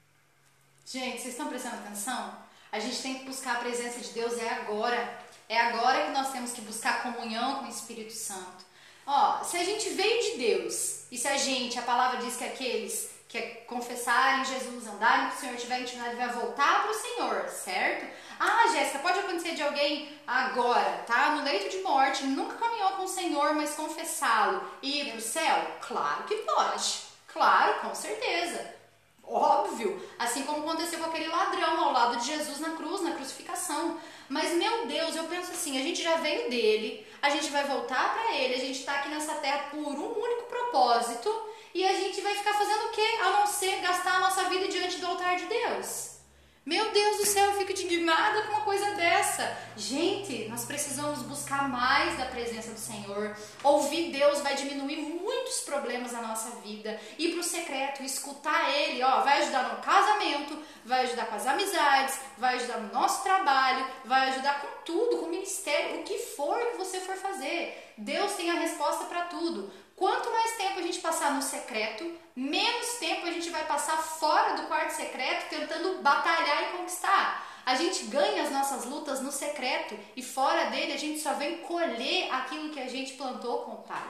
Gente, vocês estão prestando atenção? A gente tem que buscar a presença de Deus é agora. É agora que nós temos que buscar comunhão com o Espírito Santo. Ó, se a gente veio de Deus e se a gente, a palavra diz que aqueles que confessarem Jesus, andarem com o Senhor, tiver intimidade, vai voltar para o Senhor, certo? Ah, Jéssica, pode acontecer de alguém agora, tá? No leito de morte, nunca caminhou com o Senhor, mas confessá-lo e ir para o céu? Claro que pode. Claro, com certeza. Óbvio. Assim como aconteceu com aquele ladrão ao lado de Jesus na cruz, na crucificação. Mas, meu Deus, eu penso assim, a gente já veio dele, a gente vai voltar para ele, a gente está aqui nessa terra por um único propósito. E a gente vai ficar fazendo o quê? A não ser gastar a nossa vida diante do altar de Deus. Meu Deus do céu, eu fico indignada com uma coisa dessa. Gente, nós precisamos buscar mais da presença do Senhor. Ouvir Deus vai diminuir muitos problemas na nossa vida. Ir pro secreto, escutar Ele, ó, vai ajudar no casamento, vai ajudar com as amizades, vai ajudar no nosso trabalho, vai ajudar com tudo, com o ministério, o que for que você for fazer. Deus tem a resposta para tudo. Quanto mais tempo a gente passar no secreto, menos tempo a gente vai passar fora do quarto secreto tentando batalhar e conquistar. A gente ganha as nossas lutas no secreto e fora dele a gente só vem colher aquilo que a gente plantou com o Pai.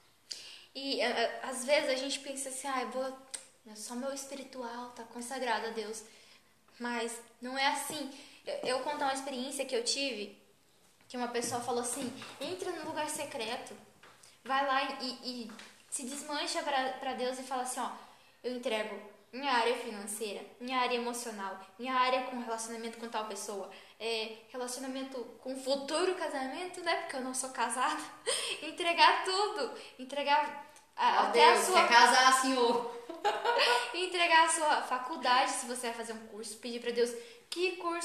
E às vezes a gente pensa assim, ah, eu vou, só meu espiritual tá consagrado a Deus. Mas não é assim. Eu vou contar uma experiência que eu tive, que uma pessoa falou assim, entra no lugar secreto. Vai lá e, e se desmancha para Deus e fala assim, ó, eu entrego minha área financeira, minha área emocional, minha área com relacionamento com tal pessoa, é, relacionamento com futuro casamento, né, porque eu não sou casada, entregar tudo, entregar a, até Deus, a sua... quer casar, senhor? Entregar a sua faculdade, se você vai fazer um curso, pedir para Deus que curso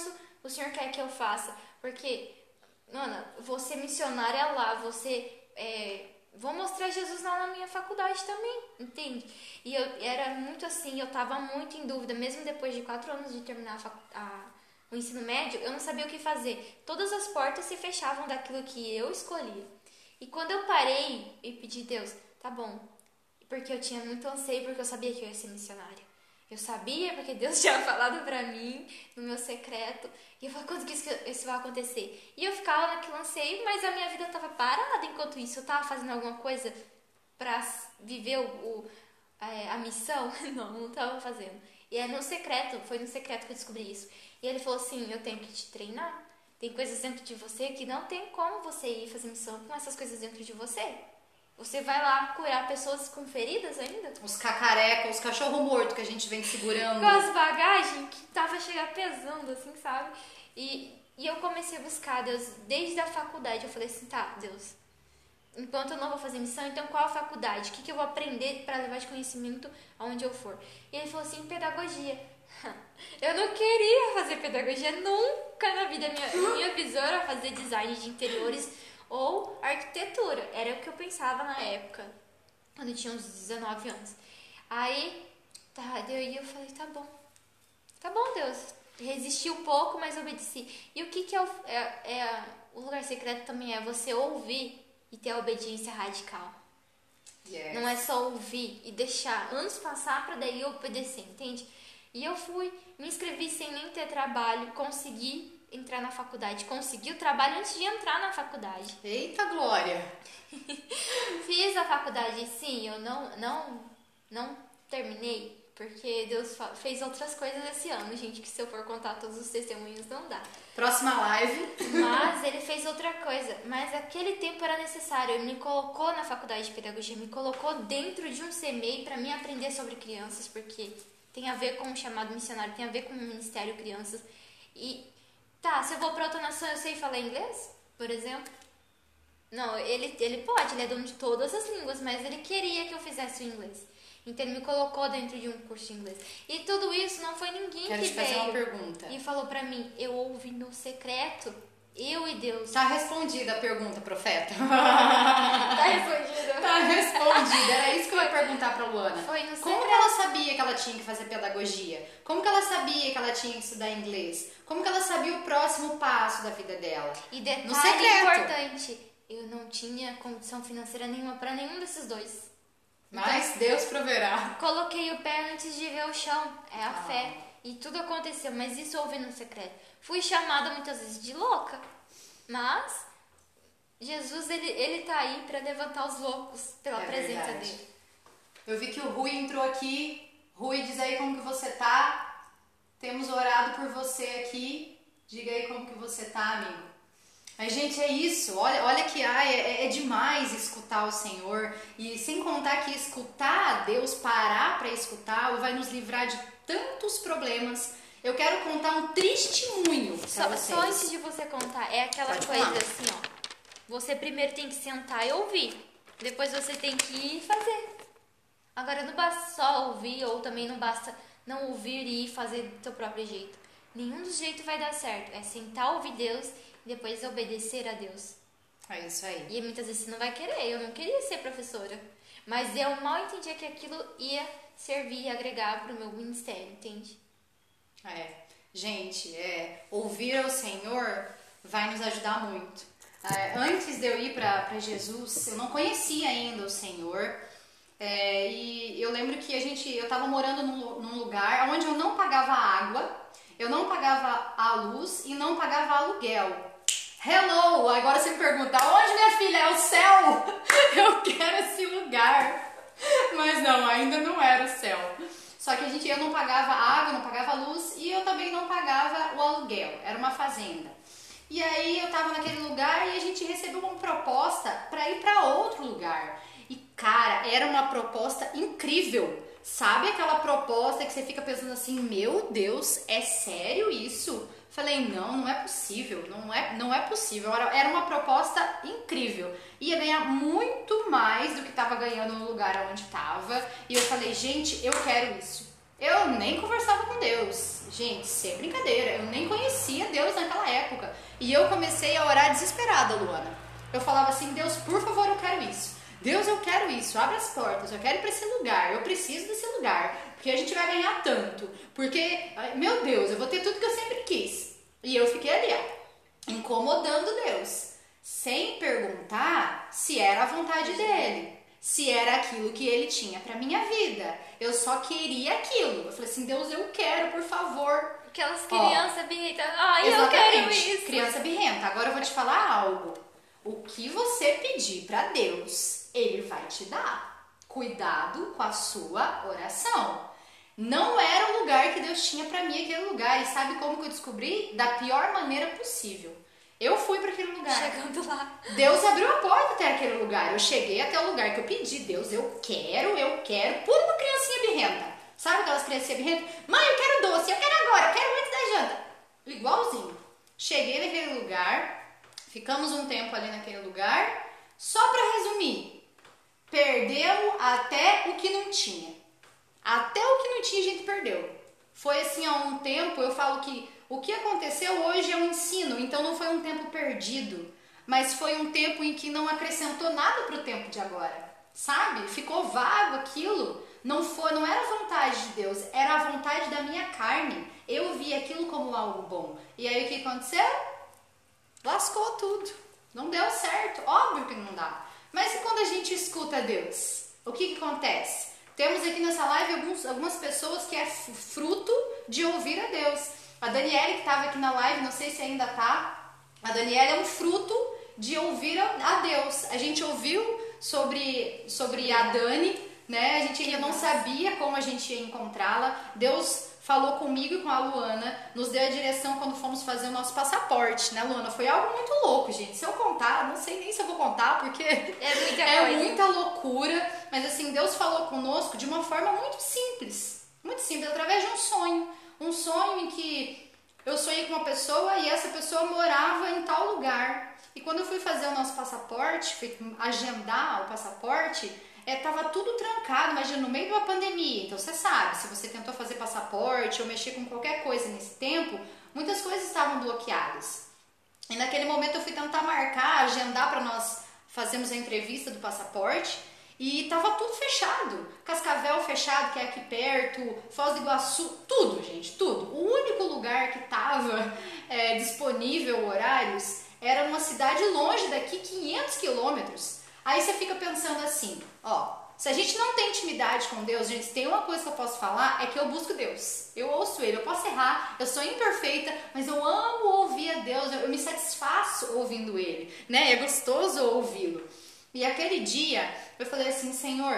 o Senhor quer que eu faça? Porque, mano, vou ser missionária lá, você é, vou mostrar Jesus lá na minha faculdade também, entende? E eu era muito assim, eu tava muito em dúvida, mesmo depois de quatro anos de terminar a, facu- a, o ensino médio, eu não sabia o que fazer. Todas as portas se fechavam daquilo que eu escolhia. E quando eu parei e pedi, Deus, tá bom, porque eu tinha muito anseio, porque eu sabia que eu ia ser missionária. Eu sabia, porque Deus tinha falado pra mim, no meu secreto. E eu falei, quando que isso, isso vai acontecer? E eu ficava naquele anseio, mas a minha vida tava parada enquanto isso. Eu tava fazendo alguma coisa pra viver o, o, a, a missão? Não, não tava fazendo. E é no secreto, foi no secreto que eu descobri isso. E ele falou assim, eu tenho que te treinar. Tem coisas dentro de você que não tem como você ir fazer missão com essas coisas dentro de você. Você vai lá curar pessoas com feridas ainda? Os cacarecos, os cachorro morto que a gente vem segurando. Com as bagagens que tava chegando pesando, assim, sabe? E, e eu comecei a buscar Deus desde a faculdade. Eu falei assim, tá, Deus, enquanto eu não vou fazer missão, então qual a faculdade? O que, que eu vou aprender para levar de conhecimento aonde eu for? E ele falou assim, pedagogia. Eu não queria fazer pedagogia nunca na vida. Minha, minha visão era fazer design de interiores ou arquitetura. Era o que eu pensava na época, quando eu tinha uns dezenove anos. Aí, tá, daí eu falei, tá bom. Tá bom, Deus. Resisti um pouco, mas obedeci. E o que que é o, é, é, o lugar secreto também é você ouvir e ter a obediência radical. Yes. Não é só ouvir e deixar anos passar pra daí obedecer, entende? E eu fui, me inscrevi sem nem ter trabalho, consegui entrar na faculdade, consegui o trabalho antes de entrar na faculdade. Eita, Glória! Fiz a faculdade, sim, eu não, não, não terminei, porque Deus fez outras coisas esse ano, gente, que se eu for contar todos os testemunhos não dá. Próxima live. Mas ele fez outra coisa, mas aquele tempo era necessário, ele me colocou na faculdade de pedagogia, me colocou dentro de um C M E I para mim aprender sobre crianças, porque tem a ver com o chamado missionário, tem a ver com o ministério crianças. E tá, se eu vou pra outra nação, eu sei falar inglês, por exemplo? Não, ele, ele pode, ele é dono de todas as línguas, mas ele queria que eu fizesse o inglês. Então ele me colocou dentro de um curso de inglês. E tudo isso não foi ninguém Quero que te fazer veio uma pergunta. e falou pra mim, eu ouvi no secreto, eu e Deus. Tá respondida a pergunta, profeta. Tá respondida. Tá respondida. Era isso que eu ia perguntar pra Luana. Foi no Como secreto. que ela sabia que ela tinha que fazer pedagogia? Como que ela sabia que ela tinha que estudar inglês? Como que ela sabia o próximo passo da vida dela? E detalhe No secreto. importante, eu não tinha condição financeira nenhuma pra nenhum desses dois. Mas Deus proverá. Coloquei o pé antes de ver o chão, é a Ah. fé. E tudo aconteceu, mas isso eu ouvi no secreto. Fui chamada muitas vezes de louca, mas Jesus, ele, ele tá aí pra levantar os loucos pela É presença verdade. dele. Eu vi que o Rui entrou aqui. Rui, diz aí como que você tá. Temos orado por você aqui. Diga aí como que você tá, amigo. Mas, gente, é isso. Olha, olha que ai, é, é demais escutar o Senhor. E sem contar que escutar a Deus, parar para escutá-lo, vai nos livrar de tantos problemas. Eu quero contar um testemunho para Só, vocês. só antes de você contar, é aquela Pode coisa falar. assim, ó. Você primeiro tem que sentar e ouvir. Depois você tem que ir fazer. Agora não basta só ouvir, ou também não basta não ouvir e ir fazer do teu próprio jeito. Nenhum dos jeitos vai dar certo. É sentar, ouvir Deus e depois obedecer a Deus. É isso aí. E muitas vezes você não vai querer. Eu não queria ser professora. Mas eu mal entendia que aquilo ia servir e agregar para o meu ministério, entende? É. Gente, é, ouvir ao Senhor vai nos ajudar muito. É, antes de eu ir para Jesus, eu não conhecia ainda o Senhor. É, e eu lembro que a gente, eu estava morando num, num lugar onde eu não pagava água, eu não pagava a luz e não pagava aluguel. Hello! Agora você me pergunta, onde, minha filha? É o céu? Eu quero esse lugar. Mas não, ainda não era o céu. Só que a gente, eu não pagava água, não pagava luz e eu também não pagava o aluguel. Era uma fazenda. E aí eu tava naquele lugar e a gente recebeu uma proposta para ir para outro lugar. E cara, era uma proposta incrível. Sabe aquela proposta que você fica pensando assim, meu Deus, é sério isso? Falei, não, não é possível, não é, não é possível. Era, era uma proposta incrível. Ia ganhar muito mais do que estava ganhando no lugar onde estava. E eu falei, gente, eu quero isso. Eu nem conversava com Deus. Gente, sem brincadeira, eu nem conhecia Deus na E eu comecei a orar desesperada, Luana. Eu falava assim, Deus, por favor, eu quero isso. Deus, eu quero isso, abre as portas, eu quero ir para esse lugar, eu preciso desse lugar, porque a gente vai ganhar tanto, porque, meu Deus, eu vou ter tudo que eu sempre quis. E eu fiquei ali, ó, incomodando Deus, sem perguntar se era a vontade dele, se era aquilo que ele tinha para minha vida. Eu só queria aquilo. Eu falei assim, Deus, eu quero, por favor. Aquelas crianças birrentas, ai, eu exatamente, quero isso. Criança birrenta. Agora eu vou te falar algo. O que você pedir para Deus, Ele vai te dar. Cuidado com a sua oração. Não era o lugar que Deus tinha para mim, aquele lugar. E sabe como que eu descobri? Da pior maneira possível. Eu fui para aquele lugar. Chegando lá. Deus abriu a porta até aquele lugar. Eu cheguei até o lugar que eu pedi. Deus, eu quero, eu quero. Pura uma criancinha birrenta. Sabe aquelas criancinhas birrentas? Mãe, eu quero doce, eu quero agora, eu quero antes da janta. Igualzinho. Cheguei naquele lugar. Ficamos um tempo ali naquele lugar. Só para resumir, perdemos até o que não tinha. Até o que não tinha a gente perdeu. Foi assim, há um tempo, eu falo que o que aconteceu hoje é um ensino, então não foi um tempo perdido, mas foi um tempo em que não acrescentou nada para o tempo de agora, sabe? Ficou vago aquilo, não foi, não era a vontade de Deus, era a vontade da minha carne. Eu vi aquilo como algo bom. E aí o que aconteceu? Lascou tudo. Não deu certo. Óbvio que não dá. Mas e quando a gente escuta Deus? O que que acontece? Temos aqui nessa live alguns, algumas pessoas que é fruto de ouvir a Deus. A Daniela que estava aqui na live, não sei se ainda tá. A Daniela é um fruto de ouvir a Deus. A gente ouviu sobre, sobre a Dani, né? A gente ainda não sabia como a gente ia encontrá-la. Deus falou comigo e com a Luana, nos deu a direção quando fomos fazer o nosso passaporte, né, Luana? Foi algo muito louco, gente. Se eu contar, não sei nem se eu vou contar, porque é muita, é muita loucura. Mas assim, Deus falou conosco de uma forma muito simples. Muito simples, através de um sonho. Um sonho em que eu sonhei com uma pessoa e essa pessoa morava em tal lugar. E quando eu fui fazer o nosso passaporte, fui agendar o passaporte, É, tava tudo trancado, imagina, no meio de uma pandemia. Então você sabe, se você tentou fazer passaporte ou mexer com qualquer coisa nesse tempo, muitas coisas estavam bloqueadas. E naquele momento eu fui tentar marcar, agendar para nós fazermos a entrevista do passaporte e tava tudo fechado. Cascavel fechado, que é aqui perto, Foz do Iguaçu, tudo, gente, tudo. O único lugar que tava é, disponível horários era numa cidade longe daqui, quinhentos quilômetros. Aí você fica pensando assim, ó, se a gente não tem intimidade com Deus, gente, tem uma coisa que eu posso falar, é que eu busco Deus. Eu ouço Ele, eu posso errar, eu sou imperfeita, mas eu amo ouvir a Deus, eu, eu me satisfaço ouvindo Ele, né? É gostoso ouvi-lo. E aquele dia, eu falei assim, Senhor,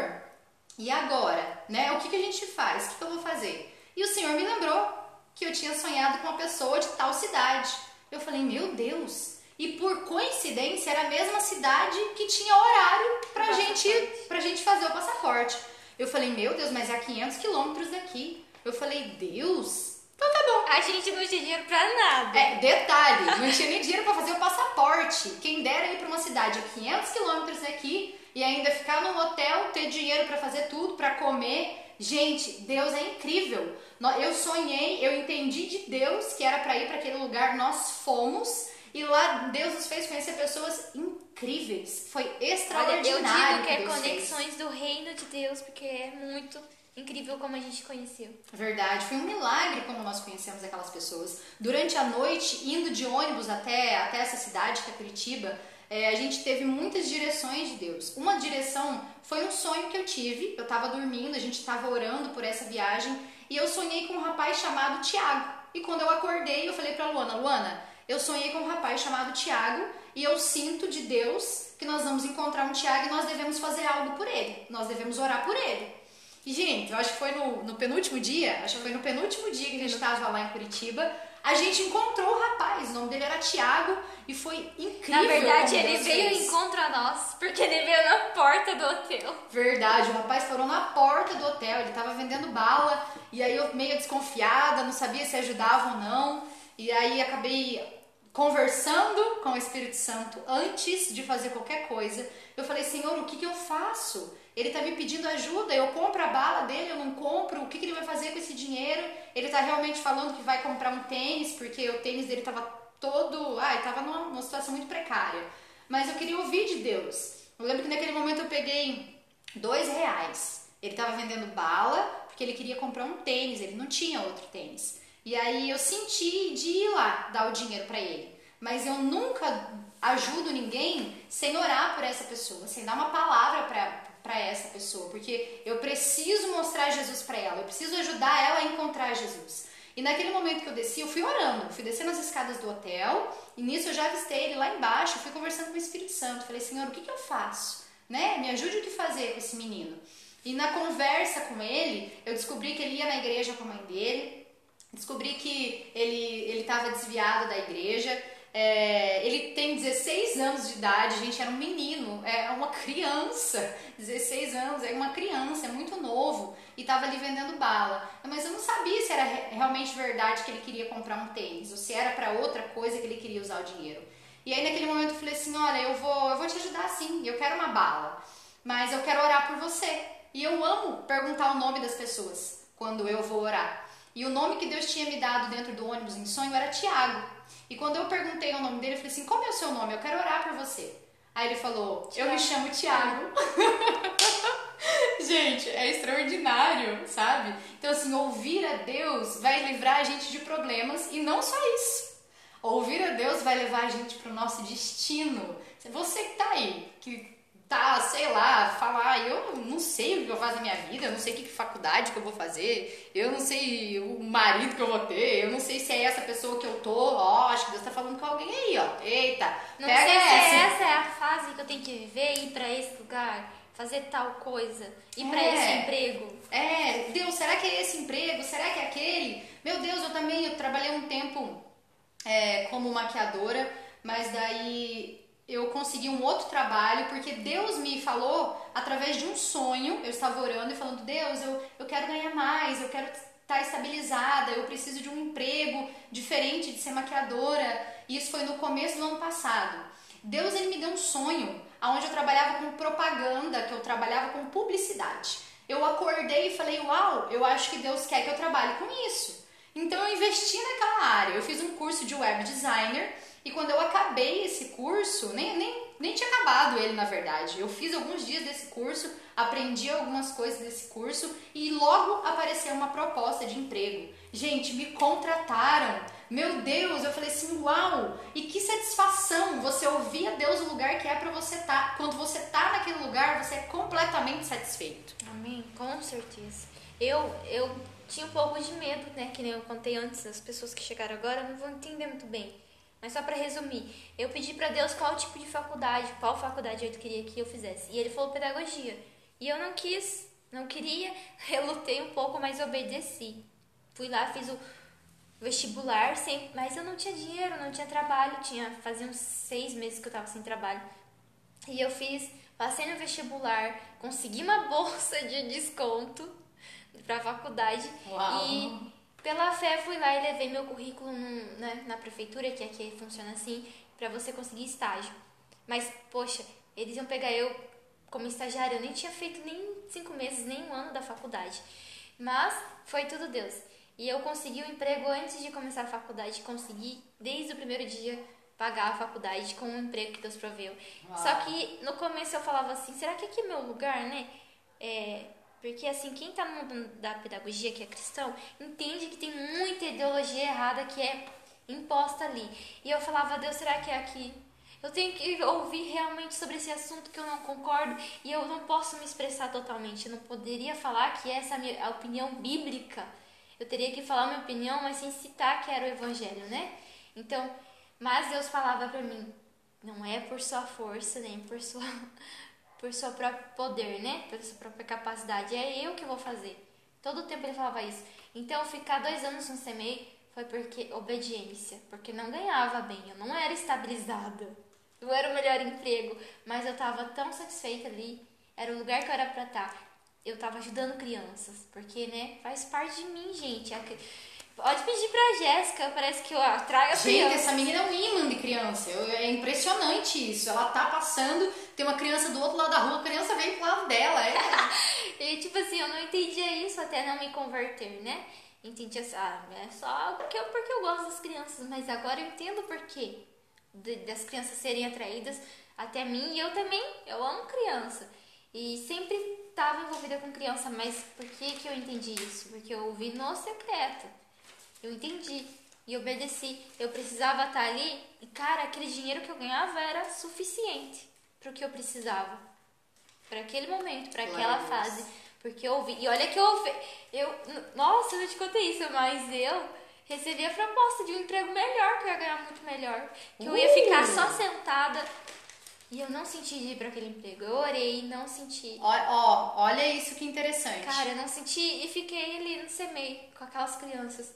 e agora, né? O que, que a gente faz? O que, que eu vou fazer? E o Senhor me lembrou que eu tinha sonhado com uma pessoa de tal cidade. Eu falei, meu Deus... E por coincidência era a mesma cidade que tinha horário pra gente, pra gente fazer o passaporte. Eu falei, meu Deus, mas é a quinhentos quilômetros daqui. Eu falei, Deus, então tá bom. A gente não tinha dinheiro pra nada. É, detalhe, não tinha nem dinheiro pra fazer o passaporte. Quem dera ir pra uma cidade a quinhentos quilômetros daqui e ainda ficar num hotel, ter dinheiro pra fazer tudo, pra comer. Gente, Deus é incrível. Eu sonhei, eu entendi de Deus que era pra ir pra aquele lugar, nós fomos... E lá Deus nos fez conhecer pessoas incríveis. Foi extraordinário. Olha, eu digo que é Deus conexões fez. do reino de Deus, porque é muito incrível como a gente conheceu. Verdade, foi um milagre como nós conhecemos aquelas pessoas. Durante a noite, indo de ônibus até, até essa cidade, que é Curitiba, é, a gente teve muitas direções de Deus. Uma direção foi um sonho que eu tive. Eu estava dormindo, a gente estava orando por essa viagem e eu sonhei com um rapaz chamado Tiago. E quando eu acordei, eu falei para Luana, Luana, eu sonhei com um rapaz chamado Tiago e eu sinto de Deus que nós vamos encontrar um Tiago e nós devemos fazer algo por ele. Nós devemos orar por ele. E, gente, eu acho que foi no, no penúltimo dia, acho que foi no penúltimo dia que a gente estava lá em Curitiba, a gente encontrou o rapaz, o nome dele era Tiago e foi incrível. Na verdade, ele Deus veio fez. em encontro a nós, porque ele veio na porta do hotel. Verdade, o rapaz parou na porta do hotel, ele estava vendendo bala e aí eu meio desconfiada, não sabia se ajudava ou não. E aí acabei... conversando com o Espírito Santo antes de fazer qualquer coisa, eu falei, Senhor, o que, que eu faço? Ele está me pedindo ajuda, eu compro a bala dele, eu não compro, o que, que ele vai fazer com esse dinheiro? Ele está realmente falando que vai comprar um tênis, porque o tênis dele estava todo... Ai, tava numa, numa situação muito precária. Mas eu queria ouvir de Deus. Eu lembro que naquele momento eu peguei dois reais. Ele tava vendendo bala, porque ele queria comprar um tênis, ele não tinha outro tênis. E aí eu senti de ir lá dar o dinheiro pra ele. Mas eu nunca ajudo ninguém sem orar por essa pessoa, sem dar uma palavra pra, pra essa pessoa. Porque eu preciso mostrar Jesus pra ela, eu preciso ajudar ela a encontrar Jesus. E naquele momento que eu desci, eu fui orando, fui descendo as escadas do hotel, e nisso eu já avistei ele lá embaixo, fui conversando com o Espírito Santo. Falei, Senhor, o que, que eu faço? Né? Me ajude o que fazer com esse menino. E na conversa com ele, eu descobri que ele ia na igreja com a mãe dele, descobri que ele estava desviado da igreja. É, ele tem dezesseis anos de idade, gente, era um menino, é uma criança, dezesseis anos, é uma criança, é muito novo, e estava ali vendendo bala. Mas eu não sabia se era realmente verdade que ele queria comprar um tênis, ou se era para outra coisa que ele queria usar o dinheiro. E aí naquele momento eu falei assim, olha, eu vou, eu vou te ajudar sim, eu quero uma bala, mas eu quero orar por você. E eu amo perguntar o nome das pessoas quando eu vou orar. E o nome que Deus tinha me dado dentro do ônibus em sonho era Tiago. E quando eu perguntei o nome dele, eu falei assim, qual é o seu nome? Eu quero orar por você. Aí ele falou, eu me chamo Tiago. Gente, é extraordinário, sabe? Então assim, ouvir a Deus vai livrar a gente de problemas e não só isso. Ouvir a Deus vai levar a gente para o nosso destino. Você que tá aí, que tá, sei lá, falar, eu não sei o que eu faço na minha vida, eu não sei que faculdade que eu vou fazer, eu não sei o marido que eu vou ter, eu não sei se é essa pessoa que eu tô, ó, acho que Deus tá falando com alguém aí, ó, eita, não pega sei essa. se essa é a fase que eu tenho que viver, ir pra esse lugar, fazer tal coisa, ir é. pra esse emprego. É, Deus, será que é esse emprego? Será que é aquele? Meu Deus, eu também, eu trabalhei um tempo é, como maquiadora, mas daí eu consegui um outro trabalho, porque Deus me falou através de um sonho. Eu estava orando e falando, Deus, eu, eu quero ganhar mais, eu quero estar estabilizada, eu preciso de um emprego diferente de ser maquiadora. E isso foi no começo do ano passado. Deus, ele me deu um sonho, onde eu trabalhava com propaganda, que eu trabalhava com publicidade. Eu acordei e falei, uau, eu acho que Deus quer que eu trabalhe com isso. Então eu investi naquela área, eu fiz um curso de web designer. E quando eu acabei esse curso, nem, nem, nem tinha acabado ele na verdade, eu fiz alguns dias desse curso, aprendi algumas coisas desse curso e logo apareceu uma proposta de emprego. Gente, me contrataram, meu Deus, eu falei assim, uau, e que satisfação você ouvir a Deus no lugar que é pra você estar. Quando você tá naquele lugar, você é completamente satisfeito. Amém, com certeza. Eu, eu tinha um pouco de medo, né, que nem eu contei antes, as pessoas que chegaram agora não vão entender muito bem. Mas só pra resumir, eu pedi pra Deus qual tipo de faculdade, qual faculdade eu queria que eu fizesse. E ele falou pedagogia. E eu não quis, não queria, eu lutei um pouco, mas obedeci. Fui lá, fiz o vestibular, sem, mas eu não tinha dinheiro, não tinha trabalho, tinha, fazia uns seis meses que eu tava sem trabalho. E eu fiz, passei no vestibular, consegui uma bolsa de desconto pra faculdade. Uau. E pela fé fui lá e levei meu currículo no, né, na prefeitura, que aqui funciona assim, pra você conseguir estágio. Mas, poxa, eles iam pegar eu como estagiária, eu nem tinha feito nem cinco meses, nem um ano da faculdade. Mas foi tudo Deus. E eu consegui o emprego antes de começar a faculdade, consegui desde o primeiro dia pagar a faculdade com o emprego que Deus proveu. Uau. Só que no começo eu falava assim, será que aqui é meu lugar, né? É... Porque, assim, quem tá no mundo da pedagogia, que é cristão, entende que tem muita ideologia errada que é imposta ali. E eu falava, Deus, será que é aqui? Eu tenho que ouvir realmente sobre esse assunto que eu não concordo e eu não posso me expressar totalmente. Eu não poderia falar que essa é a minha opinião bíblica. Eu teria que falar minha opinião, mas sem citar que era o evangelho, né? Então, mas Deus falava pra mim, não é por sua força, nem por sua... por seu próprio poder, né? Pela sua própria capacidade. É eu que vou fazer. Todo o tempo ele falava isso. Então, ficar dois anos no C M E I foi porque obediência. Porque não ganhava bem. Eu não era estabilizada. Não era o melhor emprego. Mas eu estava tão satisfeita ali. Era o lugar que eu era pra estar. Eu estava ajudando crianças. Porque, né? Faz parte de mim, gente. Pode pedir pra Jéssica, parece que eu atraio a Gente, criança. essa menina é um imã de criança. Eu, é impressionante isso. Ela tá passando, tem uma criança do outro lado da rua, a criança vem pro lado dela. É. E tipo assim, eu não entendia isso até não me converter, né? entendi assim, ah, é só porque eu, porque eu gosto das crianças, mas agora eu entendo o porquê de, das crianças serem atraídas até mim, e eu também, eu amo criança. E sempre estava envolvida com criança, mas por que que eu entendi isso? Porque eu ouvi no secreto. Eu entendi e obedeci. Eu precisava estar ali e, cara, aquele dinheiro que eu ganhava era suficiente para o que eu precisava. Para aquele momento, para aquela fase. Porque eu ouvi. E olha que eu ouvi. Eu, nossa, eu não te contei isso, mas eu recebi a proposta de um emprego melhor, que eu ia ganhar muito melhor. Que eu ia ficar só sentada. E eu não senti de ir para aquele emprego. Eu orei, não senti. Ó, ó, olha isso que interessante. Cara, eu não senti e fiquei ali no CEMEI com aquelas crianças.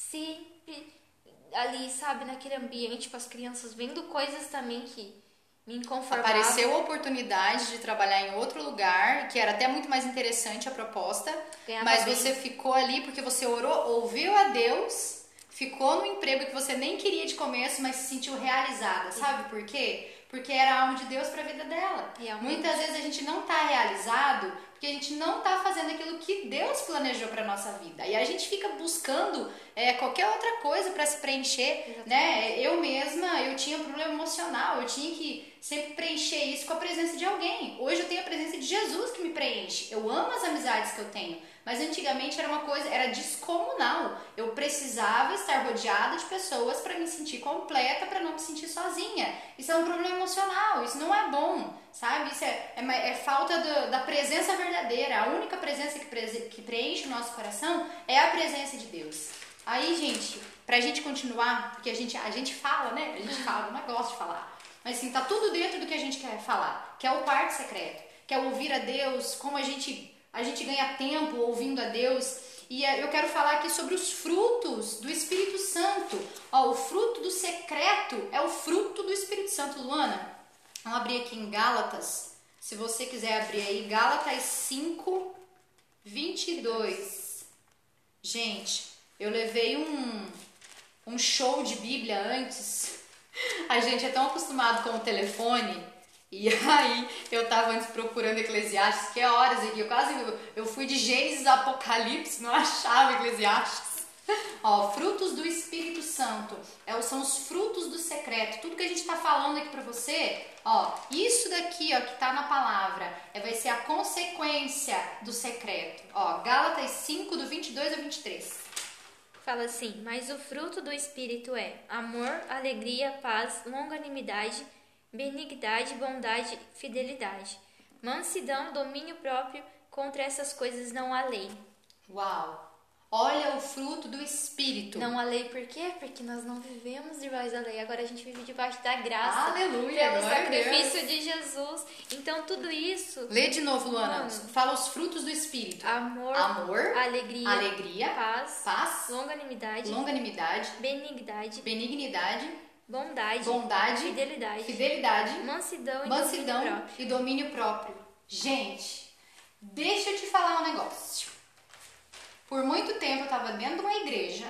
Sempre ali, sabe, naquele ambiente com as crianças, vendo coisas também que me inconformavam. Apareceu a oportunidade de trabalhar em outro lugar, que era até muito mais interessante a proposta. Ganhava mas bem. Você ficou ali porque você orou, ouviu a Deus, ficou no emprego que você nem queria de começo, mas se sentiu realizada. Sabe por quê? Porque era algo de Deus para a vida dela. Realmente. Muitas vezes a gente não está realizado porque a gente não está fazendo aquilo que Deus planejou para nossa vida. E a gente fica buscando é, qualquer outra coisa para se preencher. Né? Eu mesma, eu tinha um problema emocional, eu tinha que sempre preencher isso com a presença de alguém. Hoje eu tenho a presença de Jesus que me preenche. Eu amo as amizades que eu tenho. Mas antigamente era uma coisa, era descomunal. Eu precisava estar rodeada de pessoas para me sentir completa, para não me sentir sozinha. Isso é um problema emocional, isso não é bom, sabe? Isso é, é, é falta do, da presença verdadeira. A única presença que, pre, que preenche o nosso coração é a presença de Deus. Aí, gente, pra gente continuar, porque a gente, a gente fala, né? A gente fala, não gosta de falar. Mas assim, tá tudo dentro do que a gente quer falar, que é o quarto secreto, que é ouvir a Deus, como a gente... A gente ganha tempo ouvindo a Deus. E eu quero falar aqui sobre os frutos do Espírito Santo. Ó, o fruto do secreto é o fruto do Espírito Santo. Luana, vamos abrir aqui em Gálatas. Se você quiser abrir aí, Gálatas cinco, vinte e dois. Gente, eu levei um, um show de Bíblia antes. A gente é tão acostumado com o telefone. E aí, eu tava antes procurando Eclesiastes, que é horas aqui, eu quase, eu fui de Gênesis a Apocalipse, não achava Eclesiastes. Ó, frutos do Espírito Santo, é, são os frutos do secreto, tudo que a gente tá falando aqui pra você, ó, isso daqui, ó, que tá na palavra, é, vai ser a consequência do secreto. Ó, Gálatas cinco, do vinte e dois ao vinte e três. Fala assim, mas o fruto do Espírito é amor, alegria, paz, longanimidade, benignidade, bondade, fidelidade, mansidão, domínio próprio. Contra essas coisas não há lei. Uau! Olha o fruto do Espírito. Não há lei por quê? Porque nós não vivemos debaixo da lei. Agora a gente vive debaixo da graça. Aleluia! Pelo sacrifício de Jesus. Então tudo isso... Lê de novo, Luana. Mano, fala os frutos do Espírito. Amor, Amor, alegria, alegria, paz, paz, longanimidade, longanimidade, benignidade, benignidade, bondade, bondade, fidelidade, fidelidade, mansidão e mansidão domínio próprio. E domínio próprio. Gente, deixa eu te falar um negócio. Por muito tempo eu estava dentro de uma igreja,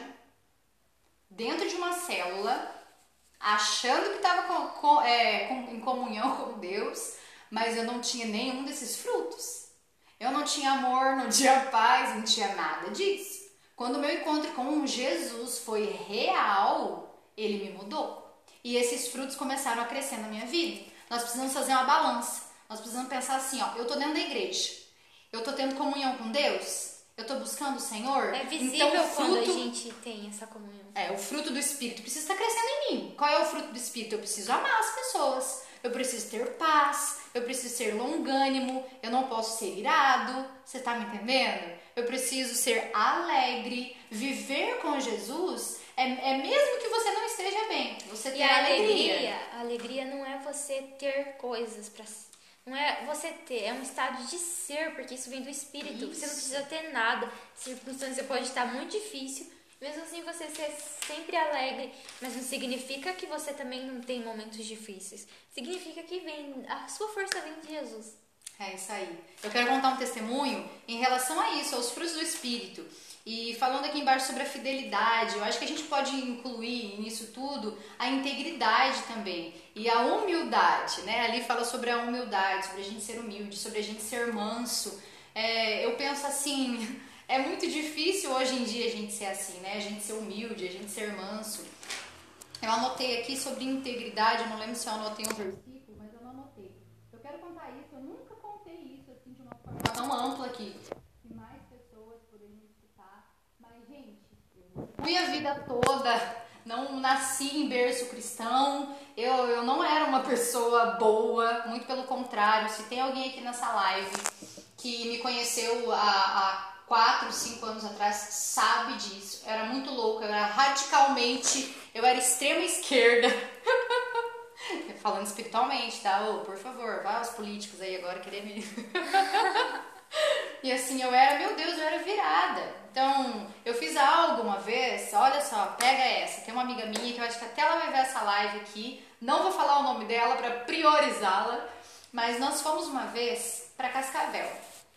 dentro de uma célula, achando que estava com, com, é, com, em comunhão com Deus, mas eu não tinha nenhum desses frutos. Eu não tinha amor, não tinha paz, não tinha nada disso. Quando o meu encontro com Jesus foi real, ele me mudou. E esses frutos começaram a crescer na minha vida. Nós precisamos fazer uma balança. Nós precisamos pensar assim, ó, eu estou dentro da igreja, eu estou tendo comunhão com Deus, eu estou buscando o Senhor. É visível então, o fruto, quando a gente tem essa comunhão. É, o fruto do Espírito precisa estar crescendo em mim. Qual é o fruto do Espírito? Eu preciso amar as pessoas, eu preciso ter paz, eu preciso ser longânimo, eu não posso ser irado, você está me entendendo? Eu preciso ser alegre, viver com Jesus é, é mesmo que você não esteja bem, você ter e a alegria. alegria. A alegria não é você ter coisas para Não é você ter, é um estado de ser, porque isso vem do Espírito. Isso. Você não precisa ter nada. A circunstância pode estar muito difícil, mesmo assim você ser sempre alegre, mas não significa que você também não tem momentos difíceis. Significa que vem, a sua força vem de Jesus. É isso aí. Eu quero contar um testemunho em relação a isso, aos frutos do Espírito. E falando aqui embaixo sobre a fidelidade, eu acho que a gente pode incluir nisso tudo a integridade também e a humildade, né? Ali fala sobre a humildade, sobre a gente ser humilde, sobre a gente ser manso. É, eu penso assim, É muito difícil hoje em dia a gente ser assim, né? A gente ser humilde, a gente ser manso. Eu anotei aqui sobre integridade, eu não lembro se eu anotei um versículo, mas eu não anotei. Eu quero contar isso, eu nunca contei isso assim de uma forma tão ampla aqui. Que mais pessoas poderiam escutar. Mas, gente, eu fui a vida toda, não nasci em berço cristão, eu, eu não era uma pessoa boa, muito pelo contrário. Se tem alguém aqui nessa live que me conheceu há, há quatro, cinco anos atrás, sabe disso. Eu era muito louca, eu era radicalmente, eu era extrema esquerda. Falando espiritualmente, tá? Ô, por favor, vai aos políticos aí agora querer me... E assim, eu era, meu Deus, eu era virada. Então, eu fiz algo uma vez, olha só, pega essa. Tem uma amiga minha que eu acho que até ela vai ver essa live aqui. Não vou falar o nome dela pra priorizá-la, mas nós fomos uma vez pra Cascavel.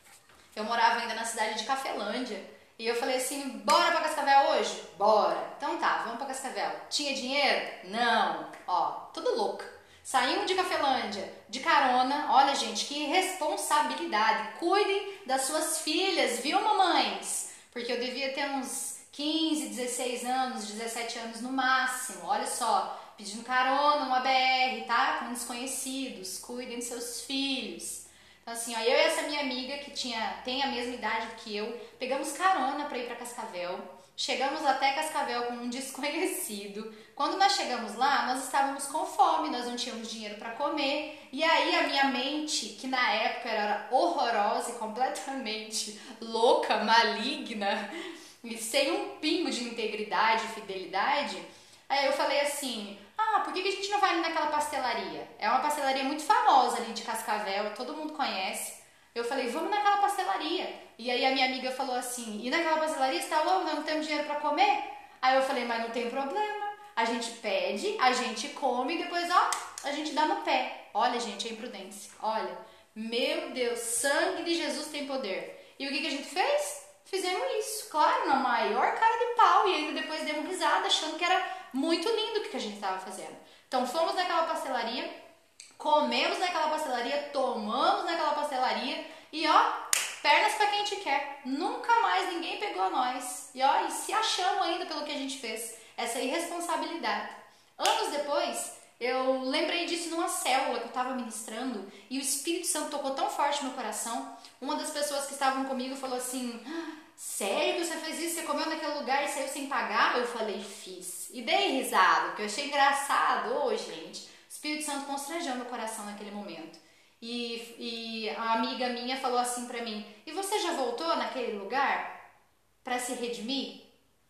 Eu morava ainda na cidade de Cafelândia. E eu falei assim, bora pra Cascavel hoje? Bora. Então tá, vamos pra Cascavel. Tinha dinheiro? Não. Ó, tudo louca. Saímos de Cafelândia, de carona. Olha, gente, que responsabilidade. Cuidem das suas filhas, viu, mamães? Porque eu devia ter uns quinze, dezesseis anos, dezessete anos no máximo. Olha só, pedindo carona numa B R, tá? Com desconhecidos. Cuidem de seus filhos. Então assim, ó, eu e essa minha amiga que tinha, tem a mesma idade que eu, pegamos carona para ir para Cascavel, chegamos até Cascavel com um desconhecido. Quando nós chegamos lá, nós estávamos com fome, nós não tínhamos dinheiro para comer, e aí a minha mente, que na época era horrorosa e completamente louca, maligna, e sem um pingo de integridade e fidelidade, aí eu falei assim, ah, por que a gente não vai ali naquela pastelaria? É uma pastelaria muito famosa ali de Cascavel, todo mundo conhece. Eu falei, vamos naquela pastelaria. E aí a minha amiga falou assim, e naquela pastelaria você tá louco, nós não temos dinheiro pra comer? Aí eu falei, mas não tem problema. A gente pede, a gente come e depois, ó, a gente dá no pé. Olha, gente, a imprudência. Olha, meu Deus, sangue de Jesus tem poder. E o que, que a gente fez? Fizemos isso, claro, na maior cara de pau. E ainda depois demos risada, achando que era muito lindo o que a gente estava fazendo. Então fomos naquela pastelaria, comemos naquela pastelaria, tomamos naquela pastelaria e ó, pernas para quem te quer. Nunca mais ninguém pegou nós. E ó, e se achamos ainda pelo que a gente fez. Essa irresponsabilidade. Anos depois, eu lembrei disso numa célula que eu estava ministrando e o Espírito Santo tocou tão forte no meu coração. Uma das pessoas que estavam comigo falou assim, sério que você fez isso? Você comeu naquele lugar e saiu sem pagar? Eu falei, fiz. E dei risada, porque eu achei engraçado. Ô, gente, o Espírito Santo constrangeu meu coração naquele momento. E, e a amiga minha falou assim pra mim, e você já voltou naquele lugar pra se redimir?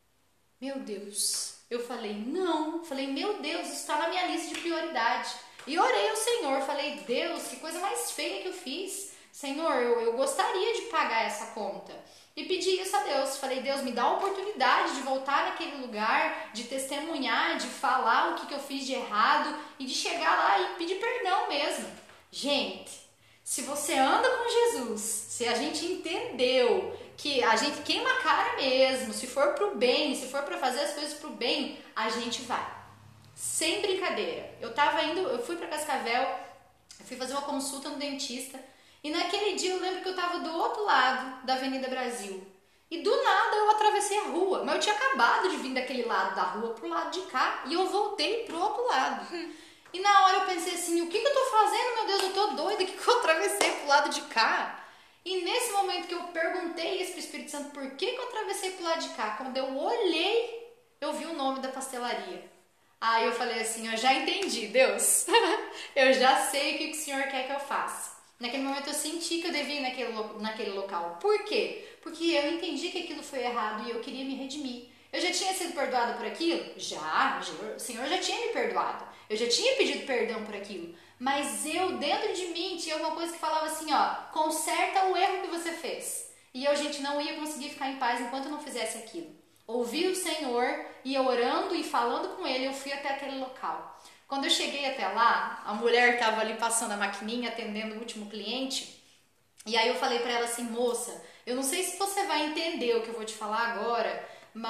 Meu Deus. Eu falei, não. Falei, meu Deus, isso está na minha lista de prioridade. E orei ao Senhor. Falei, Deus, que coisa mais feia que eu fiz. Senhor, eu, eu gostaria de pagar essa conta. E pedi isso a Deus. Falei, Deus, me dá a oportunidade de voltar naquele lugar, de testemunhar, de falar o que, que eu fiz de errado e de chegar lá e pedir perdão mesmo. Gente, se você anda com Jesus, se a gente entendeu que a gente queima a cara mesmo, se for pro bem, se for pra fazer as coisas pro bem, a gente vai. Sem brincadeira. Eu tava indo, eu fui pra Cascavel, eu fui fazer uma consulta no dentista, e naquele dia eu lembro que eu tava do outro lado da Avenida Brasil. E do nada eu atravessei a rua, mas eu tinha acabado de vir daquele lado da rua pro lado de cá, e eu voltei pro outro lado. E na hora eu pensei assim, o que, que eu tô fazendo, meu Deus, eu tô doida, o que, que eu atravessei pro lado de cá? E nesse momento que eu perguntei isso pro Espírito Santo, por que, que eu atravessei pro lado de cá? Quando eu olhei, eu vi o nome da pastelaria. Aí eu falei assim, eu já entendi, Deus. Eu já sei o que, que o Senhor quer que eu faça. Naquele momento eu senti que eu devia ir naquele, naquele local. Por quê? Porque eu entendi que aquilo foi errado e eu queria me redimir. Eu já tinha sido perdoada por aquilo? Já, o Senhor já tinha me perdoado. Eu já tinha pedido perdão por aquilo. Mas eu, dentro de mim, tinha uma coisa que falava assim, ó, conserta o erro que você fez. E eu, gente, não ia conseguir ficar em paz enquanto eu não fizesse aquilo. Ouvi o Senhor, ia orando e falando com Ele, eu fui até aquele local. Quando eu cheguei até lá, a mulher estava ali passando a maquininha, atendendo o último cliente. E aí eu falei pra ela assim, moça, eu não sei se você vai entender o que eu vou te falar agora,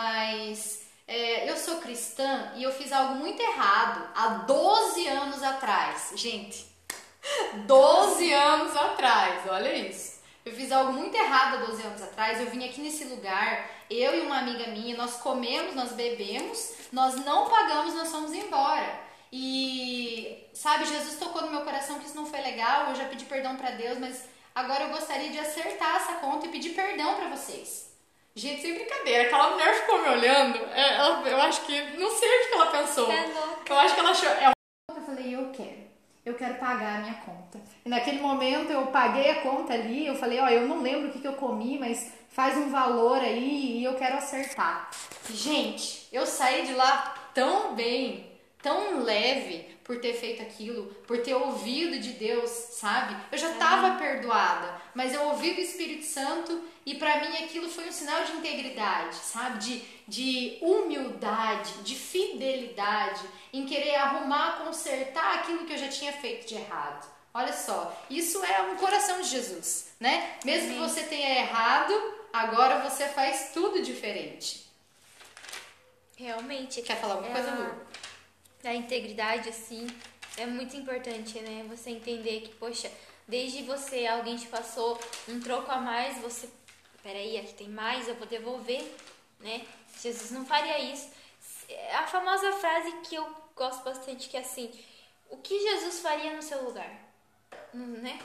mas é, eu sou cristã e eu fiz algo muito errado há doze anos atrás. Gente, doze anos atrás, olha isso. eu fiz algo muito errado há doze anos atrás, eu vim aqui nesse lugar, eu e uma amiga minha, nós comemos, nós bebemos, nós não pagamos, nós fomos embora. E, sabe, Jesus tocou no meu coração que isso não foi legal, eu já pedi perdão pra Deus, mas agora eu gostaria de acertar essa conta e pedir perdão pra vocês. Gente, sem brincadeira, aquela mulher ficou me olhando, ela, eu acho que, não sei o que ela pensou. É louca. Eu acho que ela achou... É, eu falei, eu quero. Eu quero pagar a minha conta. E naquele momento eu paguei a conta ali, eu falei, ó, eu não lembro o que, que eu comi, mas faz um valor aí e eu quero acertar. Gente, eu saí de lá tão bem, tão leve por ter feito aquilo, por ter ouvido de Deus, sabe? Eu já estava perdoada, mas eu ouvi do Espírito Santo e pra mim aquilo foi um sinal de integridade, sabe? De, de humildade, de fidelidade, em querer arrumar, consertar aquilo que eu já tinha feito de errado. Olha só, isso é um coração de Jesus, né? Mesmo que você tenha errado, agora você faz tudo diferente. Realmente. Quer falar alguma é coisa, a, Lu? Da integridade, assim, é muito importante, né? Você entender que, poxa, desde você, alguém te passou um troco a mais, você... Peraí, aqui tem mais, eu vou devolver, né? Jesus não faria isso. A famosa frase que eu gosto bastante, que é assim, o que Jesus faria no seu lugar? Né?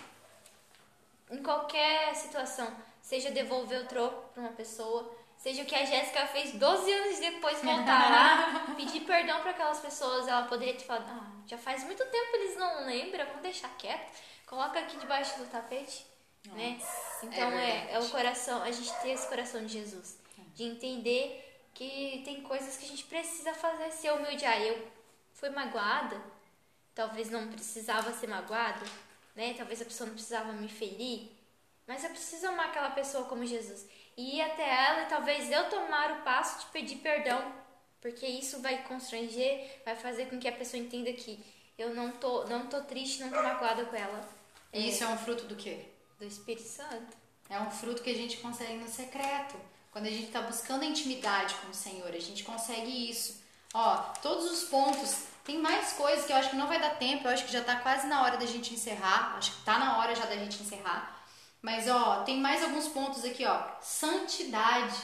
Em qualquer situação, seja devolver o troco para uma pessoa, seja o que a Jéssica fez doze anos depois, voltar lá, pedir perdão para aquelas pessoas, ela poderia ter falado, ah, já faz muito tempo eles não lembram, vamos deixar quieto, coloca aqui debaixo do tapete, Nossa, né? Então é, é, é o coração, a gente tem esse coração de Jesus, de entender que tem coisas que a gente precisa fazer, ser humilde. Ah, eu fui magoada, talvez não precisava ser magoada, né? Talvez a pessoa não precisava me ferir, mas eu preciso amar aquela pessoa como Jesus. E ir até ela e talvez eu tomar o passo de pedir perdão, porque isso vai constranger, vai fazer com que a pessoa entenda que eu não tô, não tô triste, não tô magoada com ela. E isso é um fruto do quê? Do Espírito Santo. É um fruto que a gente consegue no secreto. Quando a gente está buscando a intimidade com o Senhor, a gente consegue isso. Ó, todos os pontos, tem mais coisas que eu acho que não vai dar tempo, eu acho que já tá quase na hora da gente encerrar, acho que tá na hora já da gente encerrar. Mas, ó, tem mais alguns pontos aqui, ó. Santidade.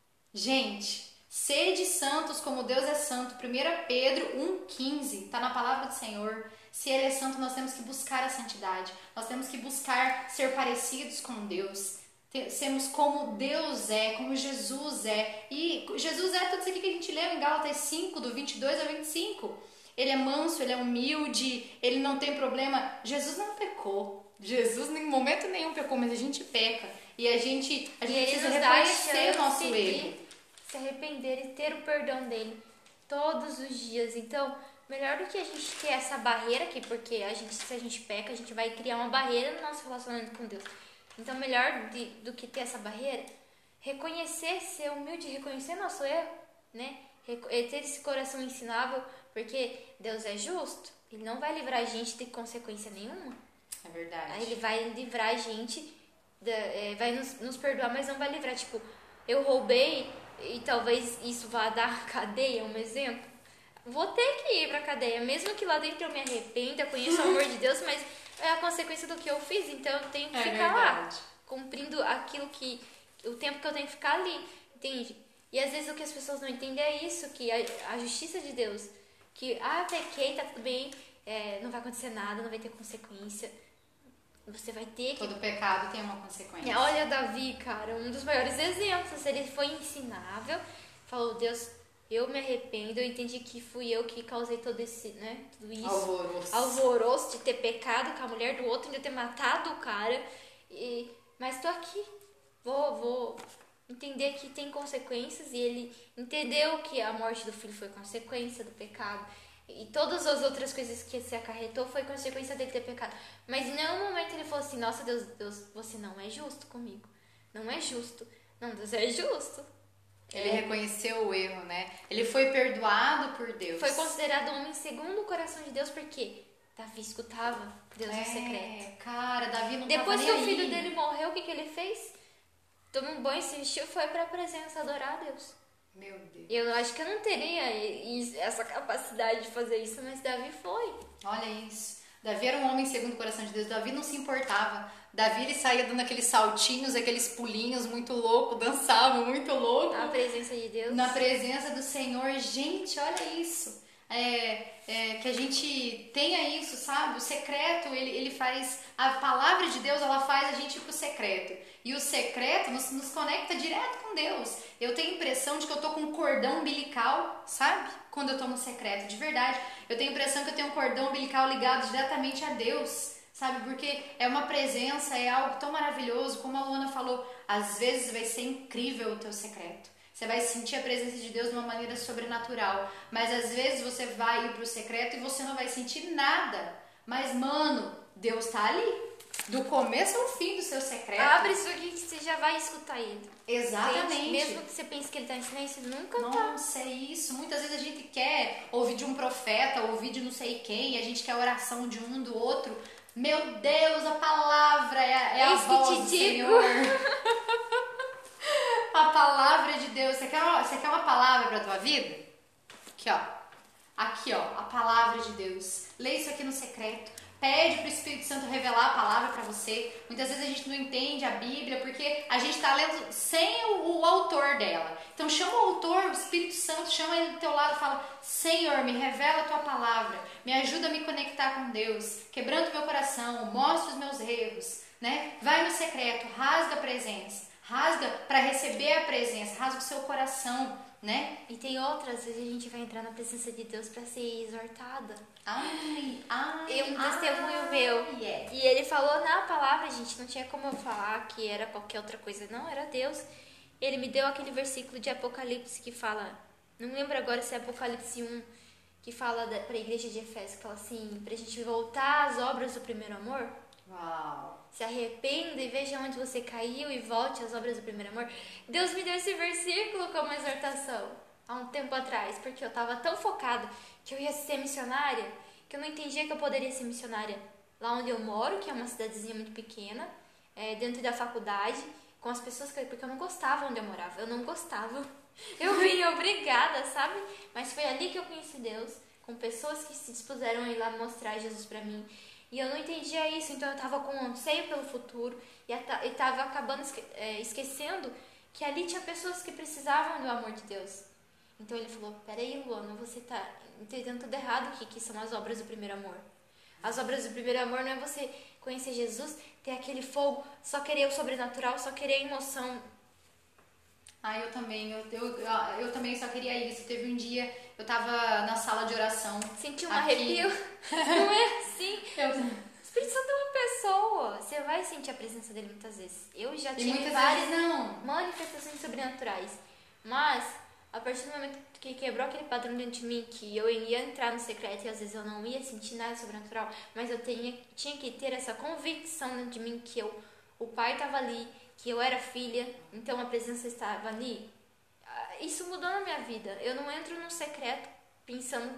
Gente, sede santos como Deus é santo. primeira Pedro um, quinze, tá na palavra do Senhor. Se Ele é santo, nós temos que buscar a santidade. Nós temos que buscar ser parecidos com Deus. Sermos como Deus é, como Jesus é. E Jesus é tudo isso aqui que a gente leu em Gálatas cinco, do vinte e dois ao vinte e cinco. Ele é manso, ele é humilde, ele não tem problema. Jesus não pecou. Jesus em momento nenhum pecou, mas a gente peca. E a gente, a gente precisa reconhecer o nosso erro. Se arrepender e ter o perdão dele todos os dias. Então, melhor do que a gente ter essa barreira aqui, porque a gente, se a gente peca, a gente vai criar uma barreira no nosso relacionamento com Deus. Então, melhor de, do que ter essa barreira, reconhecer, ser humilde, reconhecer nosso erro, né? Ter esse coração ensinável, porque Deus é justo. Ele não vai livrar a gente de consequência nenhuma. É verdade. Aí ele vai livrar a gente, da, é, vai nos, nos perdoar, mas não vai livrar. Tipo, eu roubei e talvez isso vá dar cadeia, um exemplo. Vou ter que ir pra cadeia, mesmo que lá dentro eu me arrependa, conheça o amor de Deus, mas é a consequência do que eu fiz, então eu tenho que é ficar verdade. lá, cumprindo aquilo que, o tempo que eu tenho que ficar ali, entende? E às vezes o que as pessoas não entendem é isso, que a, a justiça de Deus, que, ah, pequei, tá tudo bem, é, não vai acontecer nada, não vai ter consequência, você vai ter que... Todo pecado tem uma consequência. Olha Davi, cara, um dos maiores exemplos, ele foi ensinável, falou, Deus... Eu me arrependo, eu entendi que fui eu que causei todo esse, né, tudo isso. Alvoroço. Alvoroço de ter pecado com a mulher do outro, de ter matado o cara. E, mas tô aqui, vou, vou entender que tem consequências. E ele entendeu que a morte do filho foi consequência do pecado. E todas as outras coisas que se acarretou foi consequência dele ter pecado. Mas em nenhum momento ele falou assim, nossa Deus, Deus, você não é justo comigo. Não é justo. Não, Deus é justo. Ele é. reconheceu o erro, né? Ele foi perdoado por Deus. Foi considerado homem segundo o coração de Deus, porque Davi escutava Deus é, no secreto. Cara, Davi não Depois tava que o filho aí. dele morreu, o que, que ele fez? Tomou um banho, se vestiu, foi pra presença adorar a Deus. Meu Deus. Eu acho que eu não teria essa capacidade de fazer isso, mas Davi foi. Olha isso. Davi era um homem segundo o coração de Deus. Davi não se importava. Davi ele saía dando aqueles saltinhos, aqueles pulinhos muito louco, dançava muito louco. Na presença de Deus. Na presença do Senhor. Gente, olha isso. É, é, que a gente tenha isso, sabe? O secreto, ele, ele faz... A palavra de Deus, ela faz a gente ir pro secreto. E o secreto nos, nos conecta direto com Deus. Eu tenho a impressão de que eu tô com um cordão umbilical, sabe? Quando eu tô no secreto, de verdade. Eu tenho a impressão que eu tenho um cordão umbilical ligado diretamente a Deus, sabe? Porque é uma presença, é algo tão maravilhoso. Como a Luana falou, às vezes vai ser incrível o teu secreto. Você vai sentir a presença de Deus de uma maneira sobrenatural. Mas às vezes você vai ir pro secreto e você não vai sentir nada. Mas, mano, Deus tá ali. Do começo ao fim do seu secreto. Abre isso aqui que você já vai escutar ele. Exatamente. Gente, mesmo que você pense que ele tá em silêncio, nunca Nossa, tá. Nossa, é isso. Muitas vezes a gente quer ouvir de um profeta, ouvir de não sei quem, a gente quer a oração de um do outro. Meu Deus, a palavra é, a- é a Eis que voz te do digo. Senhor. A palavra de Deus. Você quer uma, você quer uma palavra pra tua vida? Aqui, ó. Aqui, ó. A palavra de Deus. Lê isso aqui no secreto. Pede pro Espírito Santo revelar a palavra pra você. Muitas vezes a gente não entende a Bíblia porque a gente tá lendo sem o, o autor dela. Então chama o autor, o Espírito Santo, chama ele do teu lado e fala: Senhor, me revela a tua palavra. Me ajuda a me conectar com Deus. Quebrando meu coração. Mostra os meus erros. Né? Vai no secreto. Rasga a presença. Rasga para receber a presença. Rasga o seu coração. Né? E tem outras vezes a gente vai entrar na presença de Deus pra ser exortada. Ai, ai, E um testemunho ai, meu. é. E ele falou na palavra, gente, não tinha como eu falar que era qualquer outra coisa, não, era Deus. Ele me deu aquele versículo de Apocalipse que fala, não lembro agora se é Apocalipse um, que fala da, pra igreja de Efésio, que fala assim, pra gente voltar às obras do primeiro amor. Uau. Se arrependa e veja onde você caiu e volte às obras do primeiro amor. Deus me deu esse versículo como exortação há um tempo atrás, porque eu estava tão focada que eu ia ser missionária, que eu não entendia que eu poderia ser missionária lá onde eu moro, que é uma cidadezinha muito pequena, é, dentro da faculdade, com as pessoas que... Porque eu não gostava onde eu morava, eu não gostava. Eu vim obrigada, sabe? Mas foi ali que eu conheci Deus, com pessoas que se dispuseram a ir lá mostrar Jesus pra mim. E eu não entendia isso, então eu estava com um anseio pelo futuro e estava acabando esque é, esquecendo que ali tinha pessoas que precisavam do amor de Deus. Então ele falou, peraí, Luana, você está entendendo tudo errado aqui, que são as obras do primeiro amor. As obras do primeiro amor não é você conhecer Jesus, ter aquele fogo, só querer o sobrenatural, só querer a emoção. Ah, eu também, eu, eu, eu também só queria isso. Teve um dia, eu tava na sala de oração. Sentiu um aqui. arrepio? Não é assim? Eu... O Espírito Santo é uma pessoa. Você vai sentir a presença dele muitas vezes. Eu já E tive muitas várias vezes não. manifestações sobrenaturais. Mas, a partir do momento que quebrou aquele padrão dentro de mim, que eu ia entrar no secreto e às vezes eu não ia sentir nada sobrenatural, mas eu tinha, tinha que ter essa convicção dentro de mim que eu, o Pai estava ali, que eu era filha, então a presença estava ali. Isso mudou na minha vida. Eu não entro no secreto pensando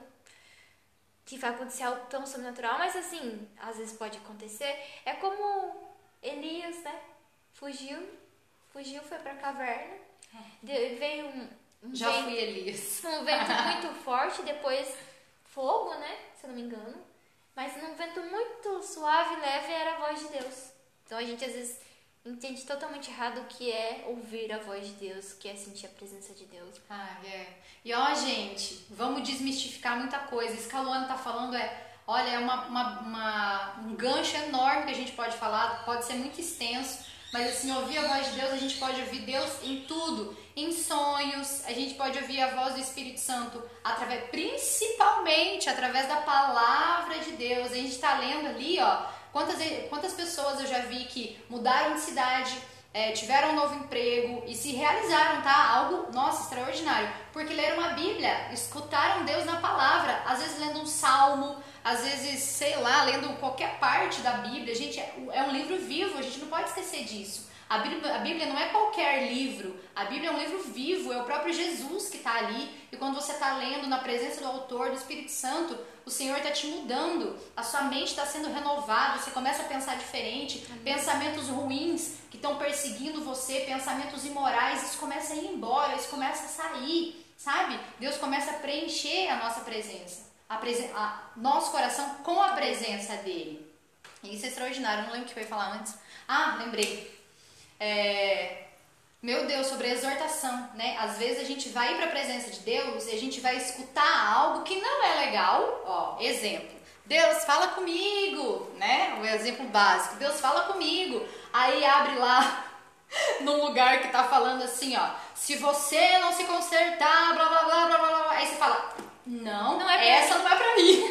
que vai acontecer algo tão sobrenatural, mas assim, às vezes pode acontecer. É como Elias, né? Fugiu, fugiu, foi pra caverna, de, veio um, um Já vento, fui Elias. um vento muito forte, depois fogo, né? Se eu não me engano. Mas num vento muito suave e leve era a voz de Deus. Então a gente às vezes entende totalmente errado o que é ouvir a voz de Deus, o que é sentir a presença de Deus. Ah, é. E ó, gente, vamos desmistificar muita coisa. Isso que a Luana tá falando é, olha, é uma, uma, uma, um gancho enorme que a gente pode falar, pode ser muito extenso, mas assim, ouvir a voz de Deus, a gente pode ouvir Deus em tudo, em sonhos, a gente pode ouvir a voz do Espírito Santo, através, principalmente através da palavra de Deus. A gente tá lendo ali, ó, quantas, quantas pessoas eu já vi que mudaram de cidade, É, tiveram um novo emprego e se realizaram, tá? Algo, nossa, extraordinário. Porque leram a Bíblia, escutaram Deus na palavra, às vezes lendo um salmo, às vezes, sei lá, lendo qualquer parte da Bíblia. Gente, é, é um livro vivo, a gente não pode esquecer disso. A Bíblia, a Bíblia não é qualquer livro, a Bíblia é um livro vivo, é o próprio Jesus que está ali. E quando você está lendo na presença do autor, do Espírito Santo, o Senhor está te mudando, a sua mente está sendo renovada, você começa a pensar diferente, Amém. Pensamentos ruins que estão perseguindo você, pensamentos imorais, isso começa a ir embora, isso começa a sair, sabe? Deus começa a preencher a nossa presença. a presen- a, nosso coração com a presença dele. E isso é extraordinário, eu não lembro o que eu ia falar antes. Ah, lembrei. É, meu Deus, sobre a exortação, né? Às vezes a gente vai para a presença de Deus e a gente vai escutar algo que não é legal. Ó, exemplo. Deus, fala comigo, né? O exemplo básico. Deus, fala comigo. Aí abre lá num lugar que tá falando assim, ó. Se você não se consertar, blá, blá, blá, blá, blá, blá. Aí você fala, não, não é essa não é pra mim.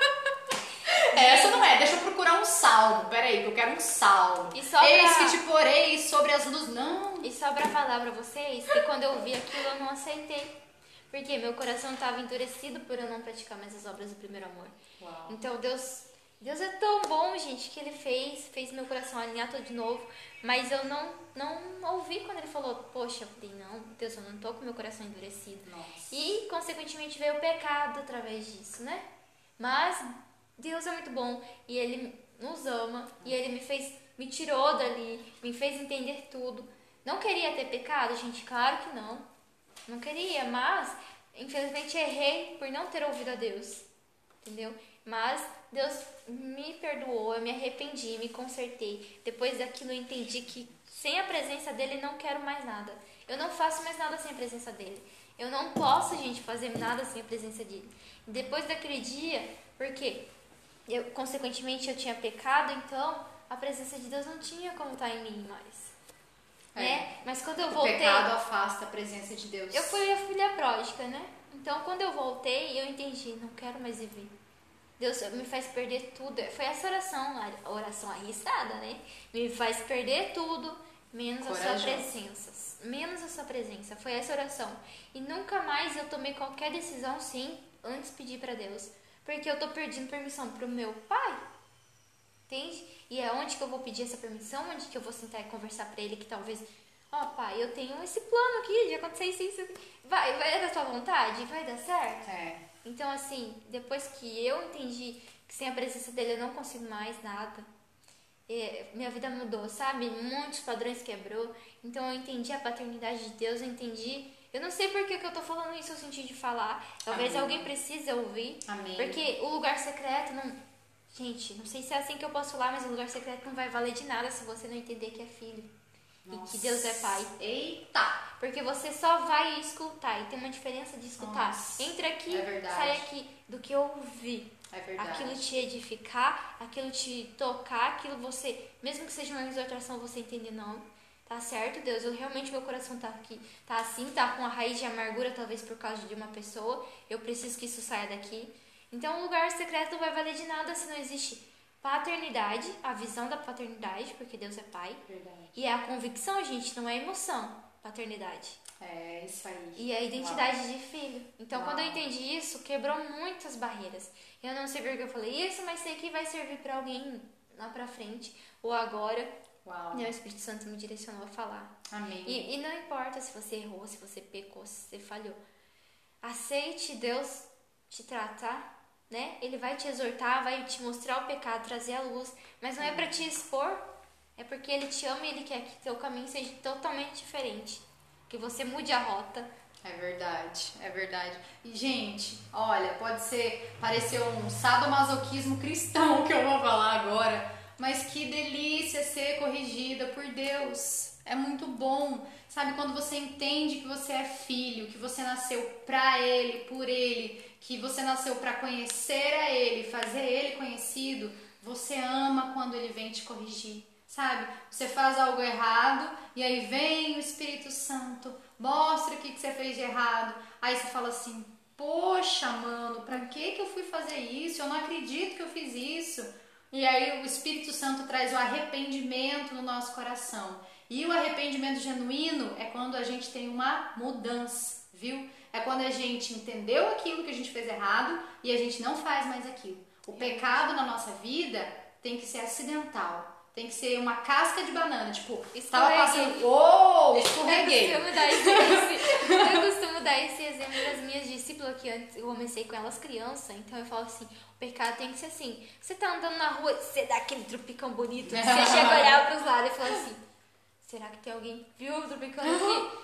Essa não é, deixa eu procurar um salmo. Peraí, que eu quero um salmo. E só pra... Eis que te porei sobre as luzes. Não. E só pra falar pra vocês que quando eu vi aquilo eu não aceitei. Porque meu coração estava endurecido por eu não praticar mais as obras do primeiro amor. Uau. Então Deus, Deus é tão bom, gente, que Ele fez, fez meu coração alinhar tudo de novo. Mas eu não, não ouvi quando Ele falou, poxa, eu falei, não, Deus, eu não tô com meu coração endurecido. Nossa. E, consequentemente, veio o pecado através disso, né? Mas Deus é muito bom e Ele nos ama e Ele me fez, me tirou dali, me fez entender tudo. Não queria ter pecado, gente? Claro que não. Não queria, mas infelizmente errei por não ter ouvido a Deus, entendeu? Mas Deus me perdoou, eu me arrependi, me consertei. Depois daquilo eu entendi que sem a presença dele não quero mais nada. Eu não faço mais nada sem a presença dele. Eu não posso, gente, fazer nada sem a presença dele. Depois daquele dia, porque eu, consequentemente eu tinha pecado, então a presença de Deus não tinha como estar em mim mais. É. Né? Mas quando eu O voltei, pecado afasta a presença de Deus. eu fui a filha pródiga, né? Então quando eu voltei, eu entendi, não quero mais viver. Deus me faz perder tudo. Foi essa oração, a oração arriscada, né? Me faz perder tudo, menos a sua presença. Menos a sua presença. Foi essa oração. E nunca mais eu tomei qualquer decisão sem antes pedir para Deus. Porque eu tô pedindo permissão pro meu pai. Entende? E é onde que eu vou pedir essa permissão, onde que eu vou sentar e conversar pra ele que talvez, ó oh, pai, eu tenho esse plano aqui de acontecer isso, isso, vai, vai da tua vontade? Vai dar certo? É. Então assim, depois que eu entendi que sem a presença dele eu não consigo mais nada, é, minha vida mudou, sabe? Muitos padrões quebrou, então eu entendi a paternidade de Deus, eu entendi, eu não sei por que, que eu tô falando isso, eu senti de falar, talvez Amém. Alguém precise ouvir, Amém. Porque o lugar secreto não... Gente, não sei se é assim que eu posso falar, mas o lugar secreto não vai valer de nada se você não entender que é filho. Nossa. E que Deus é pai. Eita! Porque você só vai escutar. E tem uma diferença de escutar. Nossa. Entra aqui, é sai aqui. Do que ouvir. É verdade. Aquilo te edificar, aquilo te tocar, aquilo você... Mesmo que seja uma exortação, você entender, não. Tá certo, Deus, eu realmente, meu coração tá aqui. Tá assim, tá com a raiz de amargura, talvez por causa de uma pessoa. Eu preciso que isso saia daqui. Então, o lugar secreto não vai valer de nada se não existe paternidade, a visão da paternidade, porque Deus é pai. Verdade. E é a convicção, gente, não é emoção, paternidade. É, isso aí. E a identidade Uau. de filho. Então, Uau. quando eu entendi isso, quebrou muitas barreiras. Eu não sei porque eu falei isso, mas sei que vai servir para alguém lá pra frente, ou agora. Uau. E o Espírito Santo me direcionou a falar. Amém. E, e não importa se você errou, se você pecou, se você falhou. Aceite Deus te tratar, né? Ele vai te exortar, vai te mostrar o pecado, trazer a luz, mas não é para te expor, é porque ele te ama e ele quer que teu caminho seja totalmente diferente, que você mude a rota. É verdade, é verdade. E, gente, olha, pode ser, parecer um sadomasoquismo cristão que eu vou falar agora, mas que delícia ser corrigida por Deus. É muito bom, sabe? Quando você entende que você é filho, que você nasceu pra Ele, por Ele, que você nasceu pra conhecer a Ele, fazer Ele conhecido, você ama quando Ele vem te corrigir, sabe? Você faz algo errado e aí vem o Espírito Santo, mostra o que, que você fez de errado. Aí você fala assim, poxa, mano, pra que, que eu fui fazer isso? Eu não acredito que eu fiz isso. E aí o Espírito Santo traz o arrependimento no nosso coração. E o arrependimento genuíno é quando a gente tem uma mudança, viu? É quando a gente entendeu aquilo que a gente fez errado e a gente não faz mais aquilo. O pecado na nossa vida tem que ser acidental, tem que ser uma casca de banana, tipo, estava passando, oh, escorreguei. Eu costumo dar esse, esse, eu costumo dar esse exemplo das minhas discípulas, que antes eu comecei com elas criança, então eu falo assim, o pecado tem que ser assim, você tá andando na rua, você dá aquele tropicão bonito, você chega a olhar pros lados e fala assim, será que tem alguém viu tropicando aqui?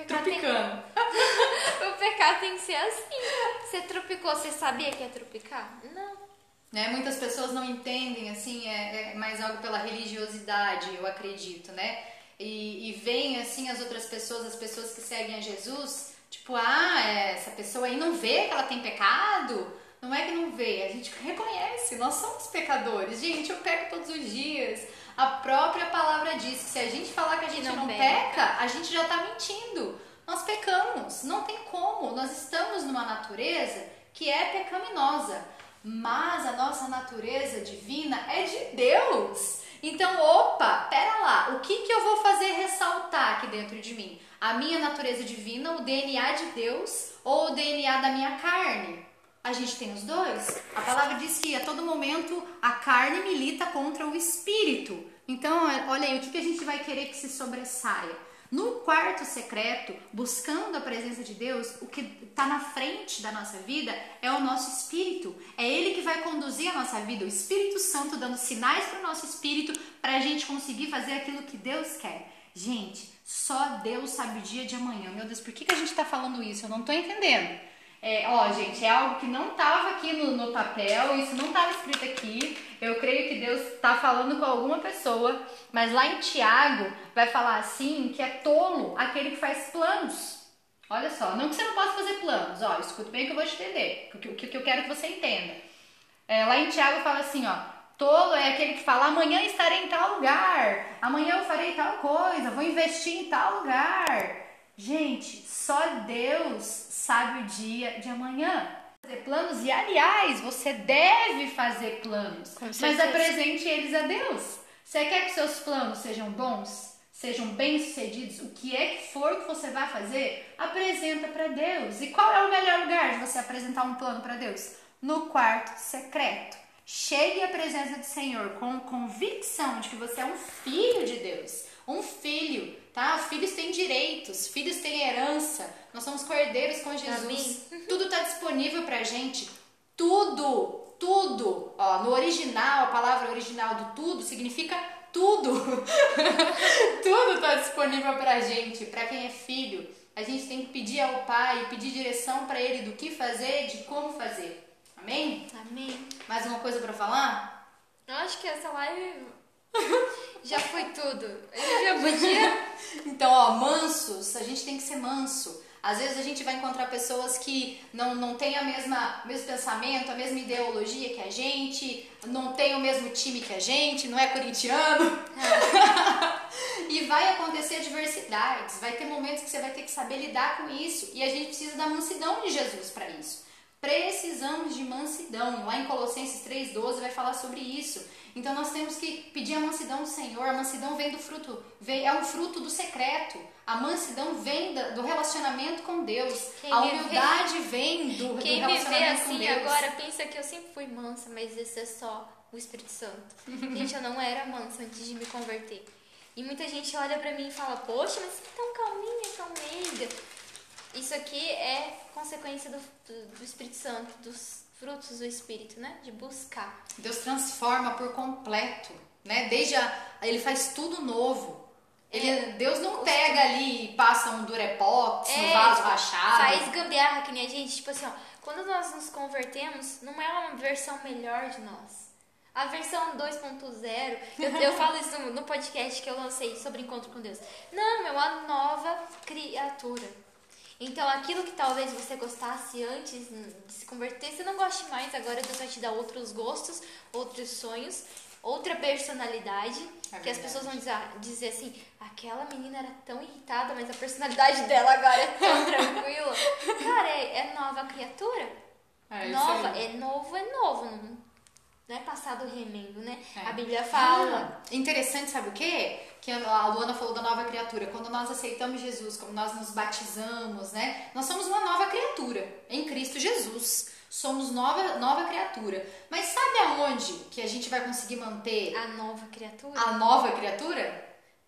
Pecado Tropicando. Tem... o pecado tem que ser assim. Você tropicou, você sabia que ia tropicar? Não. Né? Muitas pessoas não entendem, assim, é, é mais algo pela religiosidade, eu acredito, né? E, e veem, assim, as outras pessoas, as pessoas que seguem a Jesus, tipo, ah, essa pessoa aí não vê que ela tem pecado? Não é que não vê, a gente reconhece, nós somos pecadores. Gente, eu peco todos os dias. A própria palavra diz que se a gente falar que a gente não, não peca, a gente já está mentindo. Nós pecamos, não tem como. Nós estamos numa natureza que é pecaminosa, mas a nossa natureza divina é de Deus. Então, opa, pera lá, o que, que eu vou fazer ressaltar aqui dentro de mim? A minha natureza divina, o D N A de Deus ou o D N A da minha carne? A gente tem os dois. A palavra diz que a todo momento a carne milita contra o espírito. Então, olha aí, o que, que a gente vai querer que se sobressaia? No quarto secreto, buscando a presença de Deus, o que está na frente da nossa vida é o nosso espírito. É Ele que vai conduzir a nossa vida, o Espírito Santo dando sinais para o nosso espírito para a gente conseguir fazer aquilo que Deus quer. Gente, só Deus sabe o dia de amanhã. Meu Deus, por que, que a gente está falando isso? Eu não estou entendendo. É, ó, gente, é algo que não estava aqui no, no papel, isso não estava escrito aqui. Eu creio que Deus está falando com alguma pessoa, mas lá em Tiago vai falar assim, que é tolo aquele que faz planos. Olha só, não que você não possa fazer planos, ó, escuta bem que eu vou te entender, o que, o que eu quero que você entenda. É, lá em Tiago fala assim, ó, tolo é aquele que fala, amanhã estarei em tal lugar, amanhã eu farei tal coisa, vou investir em tal lugar. Gente, só Deus sabe o dia de amanhã. Fazer planos, e aliás, você deve fazer planos, mas apresente eles a Deus. Você quer que seus planos sejam bons, sejam bem-sucedidos? O que é que for que você vai fazer, apresenta para Deus. E qual é o melhor lugar de você apresentar um plano para Deus? No quarto secreto. Chegue à presença do Senhor com convicção de que você é um filho de Deus. Um filho, tá? Filhos têm direitos, filhos têm herança. Nós somos cordeiros com Jesus. Tudo está disponível pra gente. Tudo, tudo. Ó, no original, a palavra original do tudo significa tudo. Tudo está disponível pra gente. Pra quem é filho, a gente tem que pedir ao Pai, pedir direção pra Ele do que fazer, de como fazer. Amém? Amém. Mais uma coisa pra falar? Eu acho que essa live já foi tudo. Eu já podia. Então, ó, mansos, a gente tem que ser manso. Às vezes a gente vai encontrar pessoas que não, não têm a mesma, o mesmo pensamento, a mesma ideologia que a gente, não tem o mesmo time que a gente, não é corintiano. E vai acontecer adversidades, vai ter momentos que você vai ter que saber lidar com isso. E a gente precisa da mansidão de Jesus para isso. Precisamos de mansidão. Lá em Colossenses três, doze vai falar sobre isso. Então nós temos que pedir a mansidão do Senhor. A mansidão vem do fruto, vem, é um fruto do secreto. A mansidão vem da, do relacionamento com Deus. Quem a humildade vê, vem do, do relacionamento vê assim, com Deus. Agora pensa que eu sempre fui mansa, mas esse é só o Espírito Santo. Gente, eu não era mansa antes de me converter. E muita gente olha pra mim e fala, poxa, mas você é tão calminha, tão meiga. Isso aqui é consequência do, do, do Espírito Santo, dos frutos do Espírito, né? De buscar. Deus transforma por completo, né? Desde a, ele faz tudo novo. Ele, é, Deus não pega ali e passa um durepox é, no vaso tipo, rachado. Faz gambiarra que nem a gente. Tipo assim, ó, quando nós nos convertemos, não é uma versão melhor de nós. A versão dois ponto zero, eu, eu falo isso no, no podcast que eu lancei sobre encontro com Deus. Não, é uma nova criatura. Então, aquilo que talvez você gostasse antes de se converter, você não goste mais. Agora Deus vai te dar outros gostos, outros sonhos, outra personalidade. É que as pessoas vão dizer, dizer assim, aquela menina era tão irritada, mas a personalidade dela agora é tão tranquila. Cara, é, é nova criatura. É, nova, é novo, é novo. Não, não é passado remendo, né? É. A Bíblia fala. Ah, interessante, sabe o quê? Que a Luana falou da nova criatura. Quando nós aceitamos Jesus, como nós nos batizamos, né? Nós somos uma nova criatura em Cristo Jesus. Somos nova, nova criatura. Mas sabe aonde que a gente vai conseguir manter a nova criatura? A nova criatura?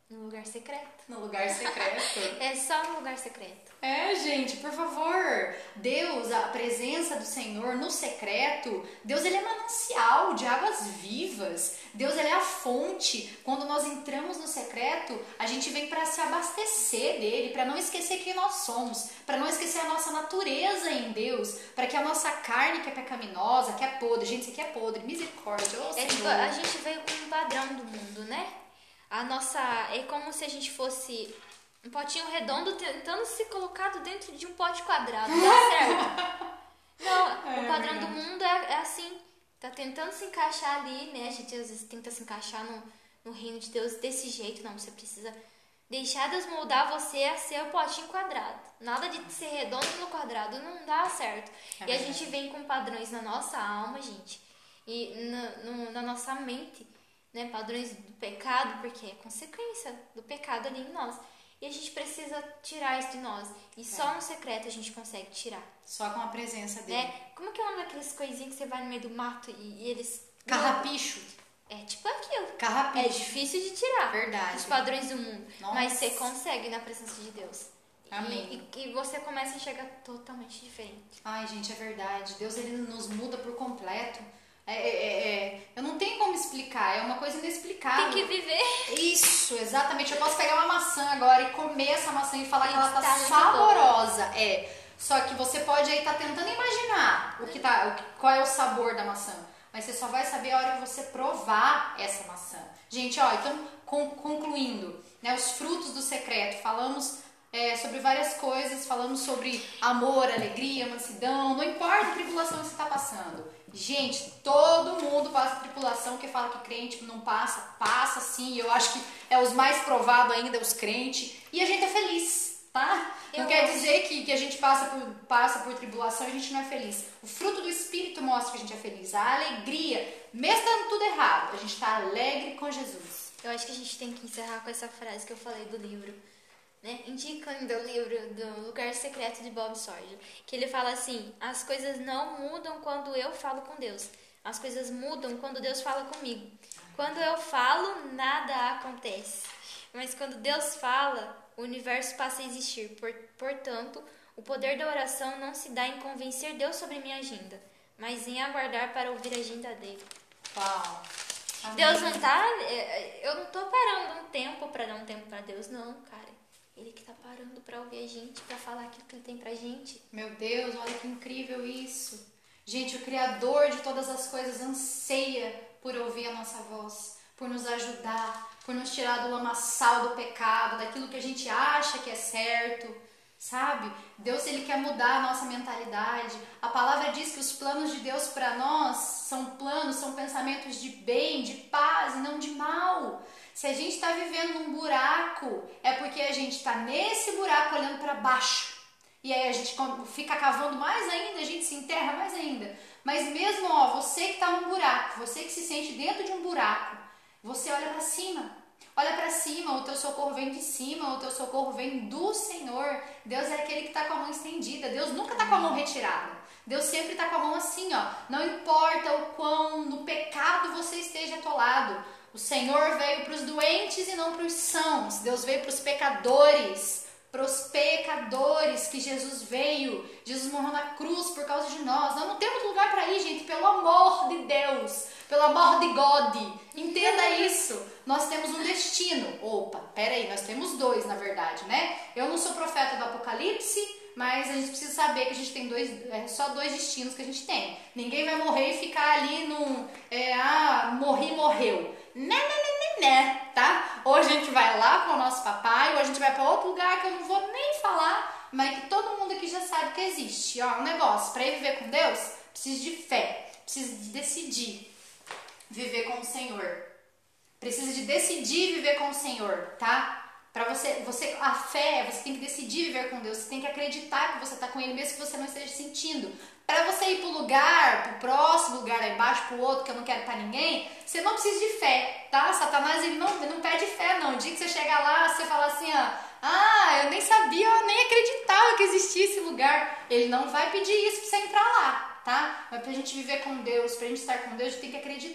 No lugar secreto. No lugar secreto. É só no lugar secreto. É, gente, por favor. Deus, a presença do Senhor no secreto, Deus ele é manancial de águas vivas. Deus ele é a fonte. Quando nós entramos no secreto, a gente vem para se abastecer dele, para não esquecer quem nós somos, para não esquecer a nossa natureza em Deus, para que a nossa carne que é pecaminosa, que é podre, gente, isso aqui é podre, misericórdia, ô É tipo, Senhor. a gente veio com um padrão do mundo, né? A nossa. É como se a gente fosse um potinho redondo tentando ser colocado dentro de um pote quadrado. Dá certo? Não, É, o padrão verdade. do mundo é, é assim. Tá tentando se encaixar ali, né? A gente às vezes tenta se encaixar no, no reino de Deus desse jeito. Não, você precisa deixar Deus moldar você a ser o potinho quadrado. Nada de ser redondo no quadrado, não dá certo. É e a verdade. gente vem com padrões na nossa alma, gente. E na, no- na nossa mente. Né, padrões do pecado, porque é consequência do pecado ali em nós. E a gente precisa tirar isso de nós. E só no secreto a gente consegue tirar. Só com a presença dele. Né? Como que é o nome daqueles coisinhas que você vai no meio do mato e, e eles... Carrapicho. É tipo aquilo. Carrapicho. É difícil de tirar. Verdade. Os padrões do mundo. Nossa. Mas você consegue na presença de Deus. Amém. E, e, e você começa a enxergar totalmente diferente. Ai, gente, é verdade. Deus ele nos muda por completo. É, é, é, é. Eu não tenho como explicar, é uma coisa inexplicável. Tem que viver. Isso, exatamente. Eu posso pegar uma maçã agora e comer essa maçã e falar que ela tá Tá muito saborosa. É. Só que você pode aí estar tentando imaginar o que tá, o que- qual é o sabor da maçã. Mas você só vai saber a hora que você provar essa maçã. Gente, ó, então con- concluindo, né, os frutos do secreto. Falamos é, sobre várias coisas, falamos sobre amor, alegria, mansidão. Não importa a tribulação que você está passando. Gente, todo mundo passa tribulação, que fala que crente não passa, passa sim. Eu acho que é os mais provados ainda, os crentes. E a gente é feliz, tá? Não Eu quer acho. dizer que, que a gente passa por, passa por tribulação e a gente não é feliz. O fruto do Espírito mostra que a gente é feliz. A alegria, mesmo dando tudo errado, a gente está alegre com Jesus. Eu acho que a gente tem que encerrar com essa frase que eu falei do livro, né? Indicando o livro do Lugar Secreto de Bob Sorge, que ele fala assim: as coisas não mudam quando eu falo com Deus, as coisas mudam quando Deus fala comigo. Quando eu falo, nada acontece, mas quando Deus fala, o universo passa a existir. Por, portanto, o poder da oração não se dá em convencer Deus sobre minha agenda, mas em aguardar para ouvir a agenda dele. Uau. Amém. Deus não tá. Eu não tô parando um tempo pra dar um tempo pra Deus, não, cara. Ele que tá parando pra ouvir a gente, pra falar aquilo que ele tem pra gente. Meu Deus, olha que incrível isso. Gente, o Criador de todas as coisas anseia por ouvir a nossa voz, por nos ajudar, por nos tirar do lamaçal do pecado, daquilo que a gente acha que é certo, sabe? Deus, ele quer mudar a nossa mentalidade. A palavra diz que os planos de Deus para nós são planos, são pensamentos de bem, de paz e não de mal. Se a gente está vivendo num buraco, é porque a gente está nesse buraco olhando para baixo. E aí a gente fica cavando mais ainda, a gente se enterra mais ainda. Mas mesmo, ó, você que está num buraco, você que se sente dentro de um buraco, você olha para cima. Olha para cima, o teu socorro vem de cima, o teu socorro vem do Senhor. Deus é aquele que está com a mão estendida. Deus nunca está com a mão retirada. Deus sempre está com a mão assim, ó. Não importa o quão no pecado você esteja atolado. O Senhor veio para os doentes e não para os sãos. Deus veio para os pecadores. Para os pecadores que Jesus veio. Jesus morreu na cruz por causa de nós. Nós não temos lugar para ir, gente, pelo amor de Deus. Pelo amor de God. Entenda isso. Nós temos um destino. Opa, peraí, nós temos dois, na verdade, né? Eu não sou profeta do Apocalipse, mas a gente precisa saber que a gente tem dois, é, só dois destinos que a gente tem. Ninguém vai morrer e ficar ali num, é, ah, morri, morreu. Né, né, né, né, né, tá? Ou a gente vai lá com o nosso papai, ou a gente vai para outro lugar que eu não vou nem falar, mas que todo mundo aqui já sabe que existe. Ó, um negócio, para ir viver com Deus, precisa de fé, precisa de decidir viver com o Senhor. Precisa de decidir viver com o Senhor, tá? Para você, você, a fé, você tem que decidir viver com Deus. Você tem que acreditar que você está com Ele, mesmo que você não esteja sentindo. Para você ir para o lugar, para o próximo lugar, lá embaixo, para o outro, que eu não quero para ninguém, você não precisa de fé, tá? Satanás, ele não, ele não pede fé, não. O dia que você chegar lá, você fala assim, ó, ah, eu nem sabia, eu nem acreditava que existia esse lugar. Ele não vai pedir isso para você entrar lá, tá? Mas pra gente viver com Deus, pra gente estar com Deus, a gente tem que acreditar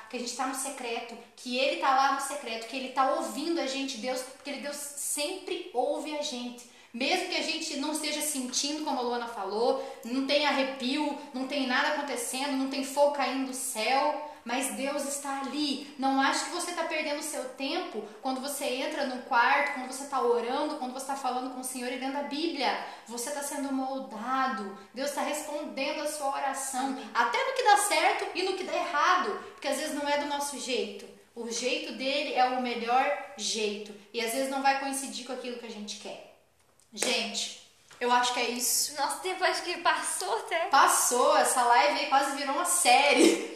que a gente está no secreto, que Ele está lá no secreto, que Ele está ouvindo a gente, Deus, porque Deus sempre ouve a gente. Mesmo que a gente não esteja sentindo, como a Luana falou, não tem arrepio, não tem nada acontecendo, não tem fogo caindo do céu, mas Deus está ali. Não ache que você está perdendo o seu tempo quando você entra no quarto, quando você está orando, quando você está falando com o Senhor e lendo a Bíblia. Você está sendo moldado. Deus está respondendo a sua oração, até no que dá certo e no que dá errado, porque às vezes não é do nosso jeito. O jeito dele é o melhor jeito e às vezes não vai coincidir com aquilo que a gente quer. Gente, eu acho que é isso. Nosso tempo acho que passou até. Passou, essa live aí quase virou uma série.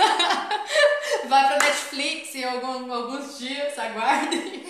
Vai pra Netflix em algum, alguns dias, aguardem.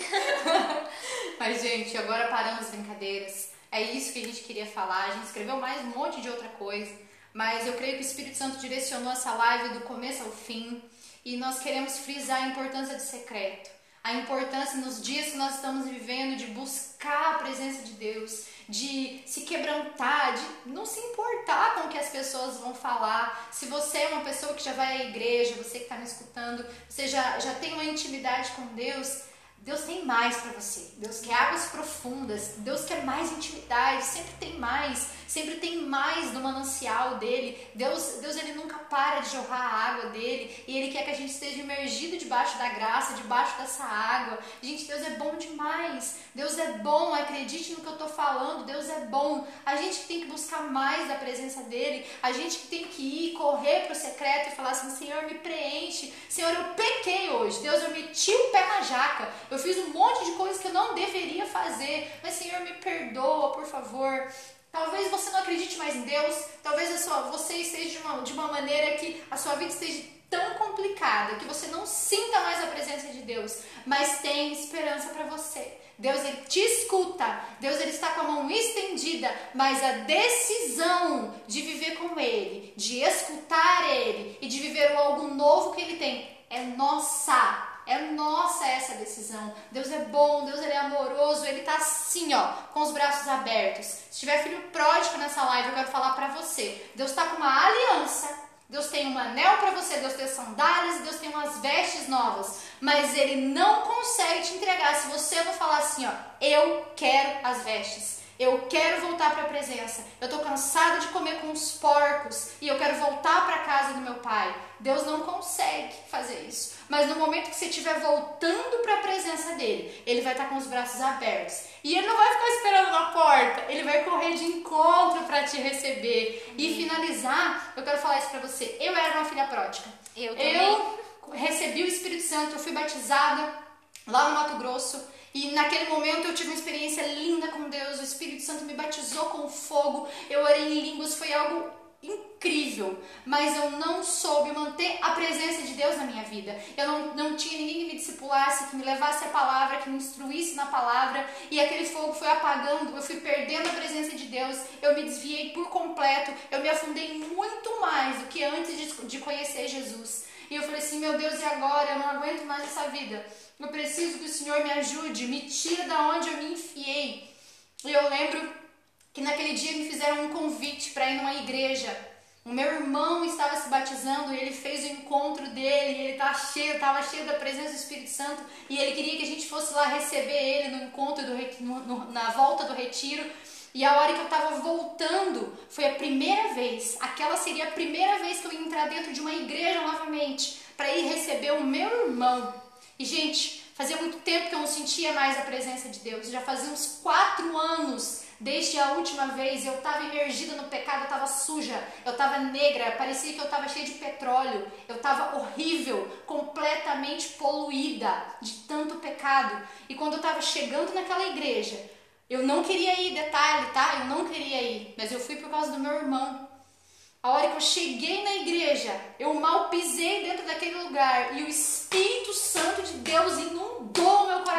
Mas, gente, agora paramos as brincadeiras. É isso que a gente queria falar. A gente escreveu mais um monte de outra coisa. Mas eu creio que o Espírito Santo direcionou essa live do começo ao fim. E nós queremos frisar a importância do secreto. A importância nos dias que nós estamos vivendo de buscar a presença de Deus, de se quebrantar, de não se importar com o que as pessoas vão falar. Se você é uma pessoa que já vai à igreja, você que está me escutando, você já, já tem uma intimidade com Deus, Deus tem mais para você. Deus quer águas profundas, Deus quer mais intimidade, sempre tem mais, sempre tem mais do manancial dele. Deus, Deus ele nunca para de jorrar a água dele e ele quer que a gente esteja imergido debaixo da graça, debaixo dessa água. Gente, Deus é bom demais, Deus é bom, acredite no que eu estou falando, Deus é bom. A gente que tem que buscar mais da presença dele, a gente que tem que ir, correr para o secreto e falar assim: Senhor, me preenche, Senhor, eu pequei hoje, Deus, eu meti o pé na jaca, eu fiz um monte de coisas que eu não deveria fazer, mas Senhor, me perdoa, por favor. Talvez você não acredite mais em Deus, talvez a sua, você esteja de uma, de uma maneira que a sua vida esteja tão complicada, que você não sinta mais a presença de Deus, mas tem esperança para você. Deus ele te escuta, Deus ele está com a mão estendida, mas a decisão de viver com Ele, de escutar Ele e de viver algo novo que Ele tem é nossa. É nossa essa decisão. Deus é bom, Deus ele é amoroso, ele tá assim, ó, com os braços abertos. Se tiver filho pródigo nessa live, eu quero falar pra você. Deus tá com uma aliança. Deus tem um anel pra você, Deus tem sandálias, Deus tem umas vestes novas. Mas ele não consegue te entregar se você não falar assim, ó, eu quero as vestes. Eu quero voltar para a presença. Eu estou cansada de comer com os porcos e eu quero voltar para a casa do meu pai. Deus não consegue fazer isso. Mas no momento que você estiver voltando para a presença dele, ele vai estar com os braços abertos. E ele não vai ficar esperando na porta. Ele vai correr de encontro para te receber. Uhum. E finalizar, eu quero falar isso para você. Eu era uma filha pródiga. Eu também. Eu recebi o Espírito Santo, eu fui batizada lá no Mato Grosso. E naquele momento eu tive uma experiência linda com Deus, o Espírito Santo me batizou com fogo, eu orei em línguas, foi algo incrível, mas eu não soube manter a presença de Deus na minha vida. Eu não, não tinha ninguém que me discipulasse, que me levasse a palavra, que me instruísse na palavra, e aquele fogo foi apagando, eu fui perdendo a presença de Deus, eu me desviei por completo, eu me afundei muito mais do que antes de, de conhecer Jesus. E eu falei assim, meu Deus, e agora? Eu não aguento mais essa vida. Eu preciso que o Senhor me ajude, me tire da onde eu me enfiei. E eu lembro que naquele dia me fizeram um convite para ir numa igreja. O meu irmão estava se batizando e ele fez o encontro dele, e ele estava cheio, estava cheio da presença do Espírito Santo, e ele queria que a gente fosse lá receber ele no encontro, do, no, no, na volta do retiro. E a hora que eu estava voltando, foi a primeira vez, aquela seria a primeira vez que eu ia entrar dentro de uma igreja novamente, para ir receber o meu irmão. E gente, fazia muito tempo que eu não sentia mais a presença de Deus, já fazia uns quatro anos desde a última vez. Eu estava imergida no pecado, eu estava suja, eu estava negra, parecia que eu estava cheia de petróleo, eu estava horrível, completamente poluída de tanto pecado. E quando eu estava chegando naquela igreja, eu não queria ir, detalhe, tá? Eu não queria ir, mas eu fui por causa do meu irmão. A hora que eu cheguei na igreja, eu mal pisei dentro daquele lugar e o Espírito Santo de Deus inundou o meu coração.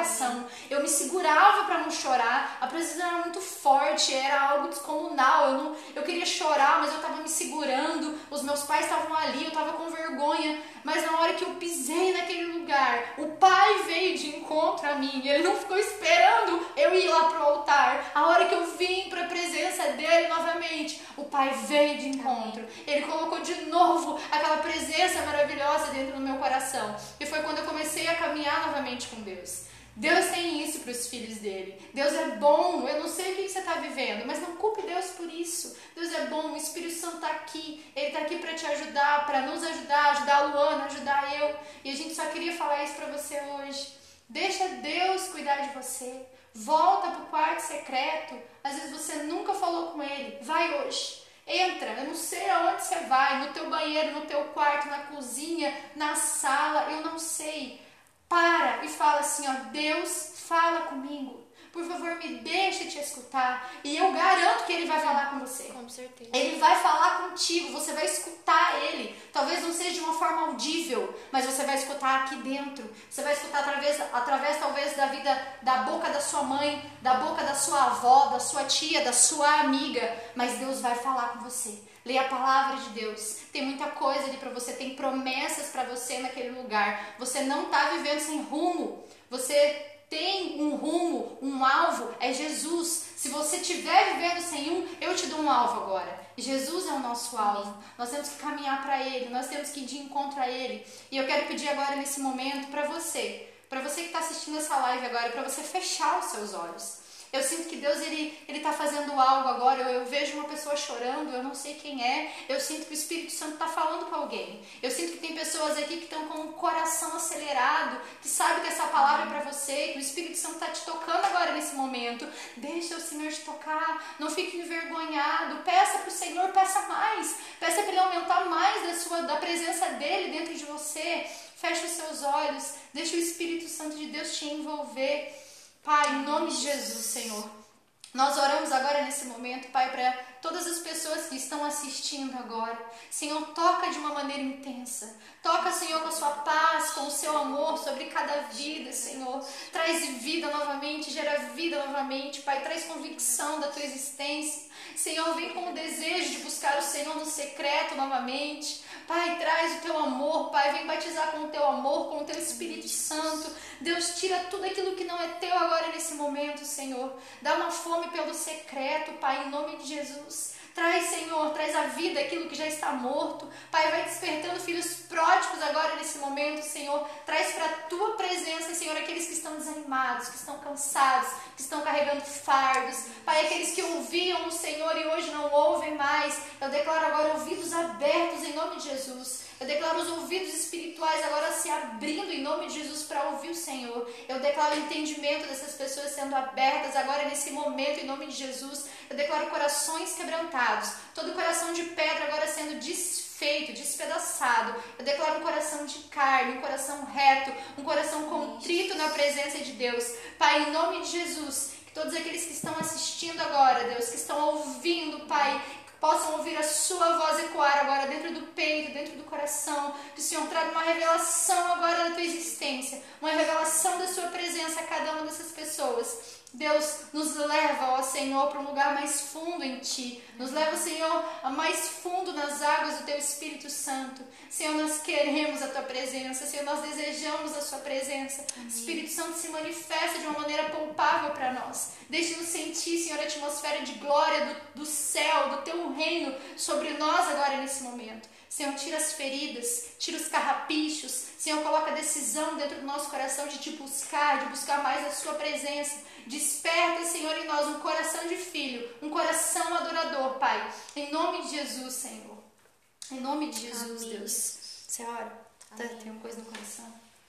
coração. Eu me segurava para não chorar. A presença era muito forte, era algo descomunal. Eu, não, eu queria chorar, mas eu estava me segurando. Os meus pais estavam ali, eu estava com vergonha. Mas na hora que eu pisei naquele lugar, o Pai veio de encontro a mim. Ele não ficou esperando eu ir lá pro altar. A hora que eu vim para a presença dele novamente, o Pai veio de encontro. Ele colocou de novo aquela presença maravilhosa dentro do meu coração. E foi quando eu comecei a caminhar novamente com Deus. Deus tem isso para os filhos dele. Deus é bom. Eu não sei o que você está vivendo, mas não culpe Deus por isso. Deus é bom. O Espírito Santo está aqui. Ele está aqui para te ajudar, para nos ajudar, ajudar a Luana, ajudar eu. E a gente só queria falar isso para você hoje. Deixa Deus cuidar de você. Volta para o quarto secreto. Às vezes você nunca falou com ele. Vai hoje. Entra, eu não sei aonde você vai, no teu banheiro, no teu quarto, na cozinha, na sala, eu não sei. Para e fala assim, ó, Deus, fala comigo. Por favor, me deixa te escutar. E eu garanto que ele vai falar com você. Com certeza. Ele vai falar contigo, você vai escutar ele. Talvez não seja de uma forma audível, mas você vai escutar aqui dentro. Você vai escutar através, através talvez da vida, da boca da sua mãe, da boca da sua avó, da sua tia, da sua amiga. Mas Deus vai falar com você. Leia a palavra de Deus. Tem muita coisa ali para você, tem promessas para você naquele lugar. Você não está vivendo sem rumo. Você tem um rumo, um alvo, é Jesus. Se você estiver vivendo sem um, eu te dou um alvo agora. Jesus é o nosso alvo. Nós temos que caminhar para Ele, nós temos que ir de encontro a Ele. E eu quero pedir agora nesse momento para você, para você que está assistindo essa live agora, para você fechar os seus olhos. Eu sinto que Deus, Ele Ele está fazendo algo agora. Eu, eu vejo uma pessoa chorando, eu não sei quem é. Eu sinto que o Espírito Santo está falando com alguém. Eu sinto que tem pessoas aqui que estão com o coração acelerado, que sabem que essa palavra é para você, que o Espírito Santo está te tocando agora nesse momento. Deixa o Senhor te tocar, não fique envergonhado. Peça para o Senhor, peça mais. Peça para Ele aumentar mais da, sua, da presença dEle dentro de você. Feche os seus olhos, deixa o Espírito Santo de Deus te envolver. Pai, em nome de Jesus, Senhor, nós oramos agora nesse momento, Pai, para todas as pessoas que estão assistindo agora. Senhor, toca de uma maneira intensa. Toca, Senhor, com a sua paz, com o seu amor sobre cada vida, Senhor. Traz vida novamente, gera vida novamente, Pai. Traz convicção da tua existência. Senhor, vem com o desejo de buscar o Senhor no secreto novamente. Pai, traz o teu amor, Pai. Vem batizar com o teu amor, com o teu Espírito Santo. Deus, tira tudo aquilo que não é teu agora nesse momento, Senhor. Dá uma fome pelo secreto, Pai, em nome de Jesus. Traz, Senhor, traz a vida aquilo que já está morto. Pai, vai despertando filhos pródigos agora nesse momento, Senhor. Traz para a tua presença, Senhor, aqueles que estão desanimados, que estão cansados, que estão carregando fardos. Pai, aqueles que ouviam o Senhor e hoje não ouvem mais. Eu declaro agora ouvidos abertos em nome de Jesus. Eu declaro os ouvidos espirituais agora se abrindo em nome de Jesus para ouvir o Senhor. Eu declaro o entendimento dessas pessoas sendo abertas agora nesse momento em nome de Jesus. Eu declaro corações quebrantados. Todo coração de pedra agora sendo desfeito, despedaçado. Eu declaro um coração de carne, um coração reto, um coração contrito na presença de Deus. Pai, em nome de Jesus, que todos aqueles que estão assistindo agora, Deus, que estão ouvindo, Pai, possam ouvir a sua voz ecoar agora dentro do peito, dentro do coração. Que o Senhor traga uma revelação agora da tua existência, uma revelação da sua presença a cada uma dessas pessoas. Deus, nos leva, ó Senhor, para um lugar mais fundo em Ti. Nos leva, Senhor, a mais fundo nas águas do Teu Espírito Santo. Senhor, nós queremos a Tua presença. Senhor, nós desejamos a Sua presença. Amém. Espírito Santo se manifesta de uma maneira palpável para nós. Deixe-nos sentir, Senhor, a atmosfera de glória do, do céu, do Teu reino sobre nós agora nesse momento. Senhor, tira as feridas, tira os carrapichos. Senhor, coloca a decisão dentro do nosso coração de Te buscar, de buscar mais a Sua presença. Desperta, Senhor, em nós um coração de filho, um coração adorador, Pai. Em nome de Jesus, Senhor. Em nome de Jesus, Amém. Deus. Você ora? Tá, tem uma coisa no coração?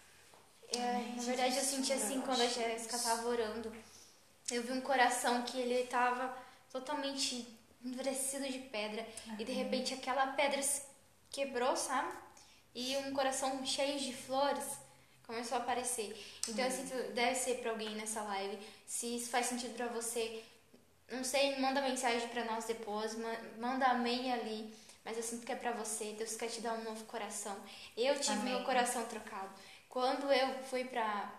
É, na verdade, eu senti assim, quando a Jéssica estava orando, eu vi um coração que ele estava totalmente endurecido de pedra. Amém. E de repente aquela pedra se quebrou, sabe? E um coração cheio de flores começou a aparecer. Então, assim, deve ser pra alguém nessa live. Se isso faz sentido pra você, não sei, manda mensagem pra nós depois, manda amém ali. Mas eu sinto que é pra você. Deus quer te dar um novo coração. Eu tive amém. Meu coração trocado. Quando eu fui pra,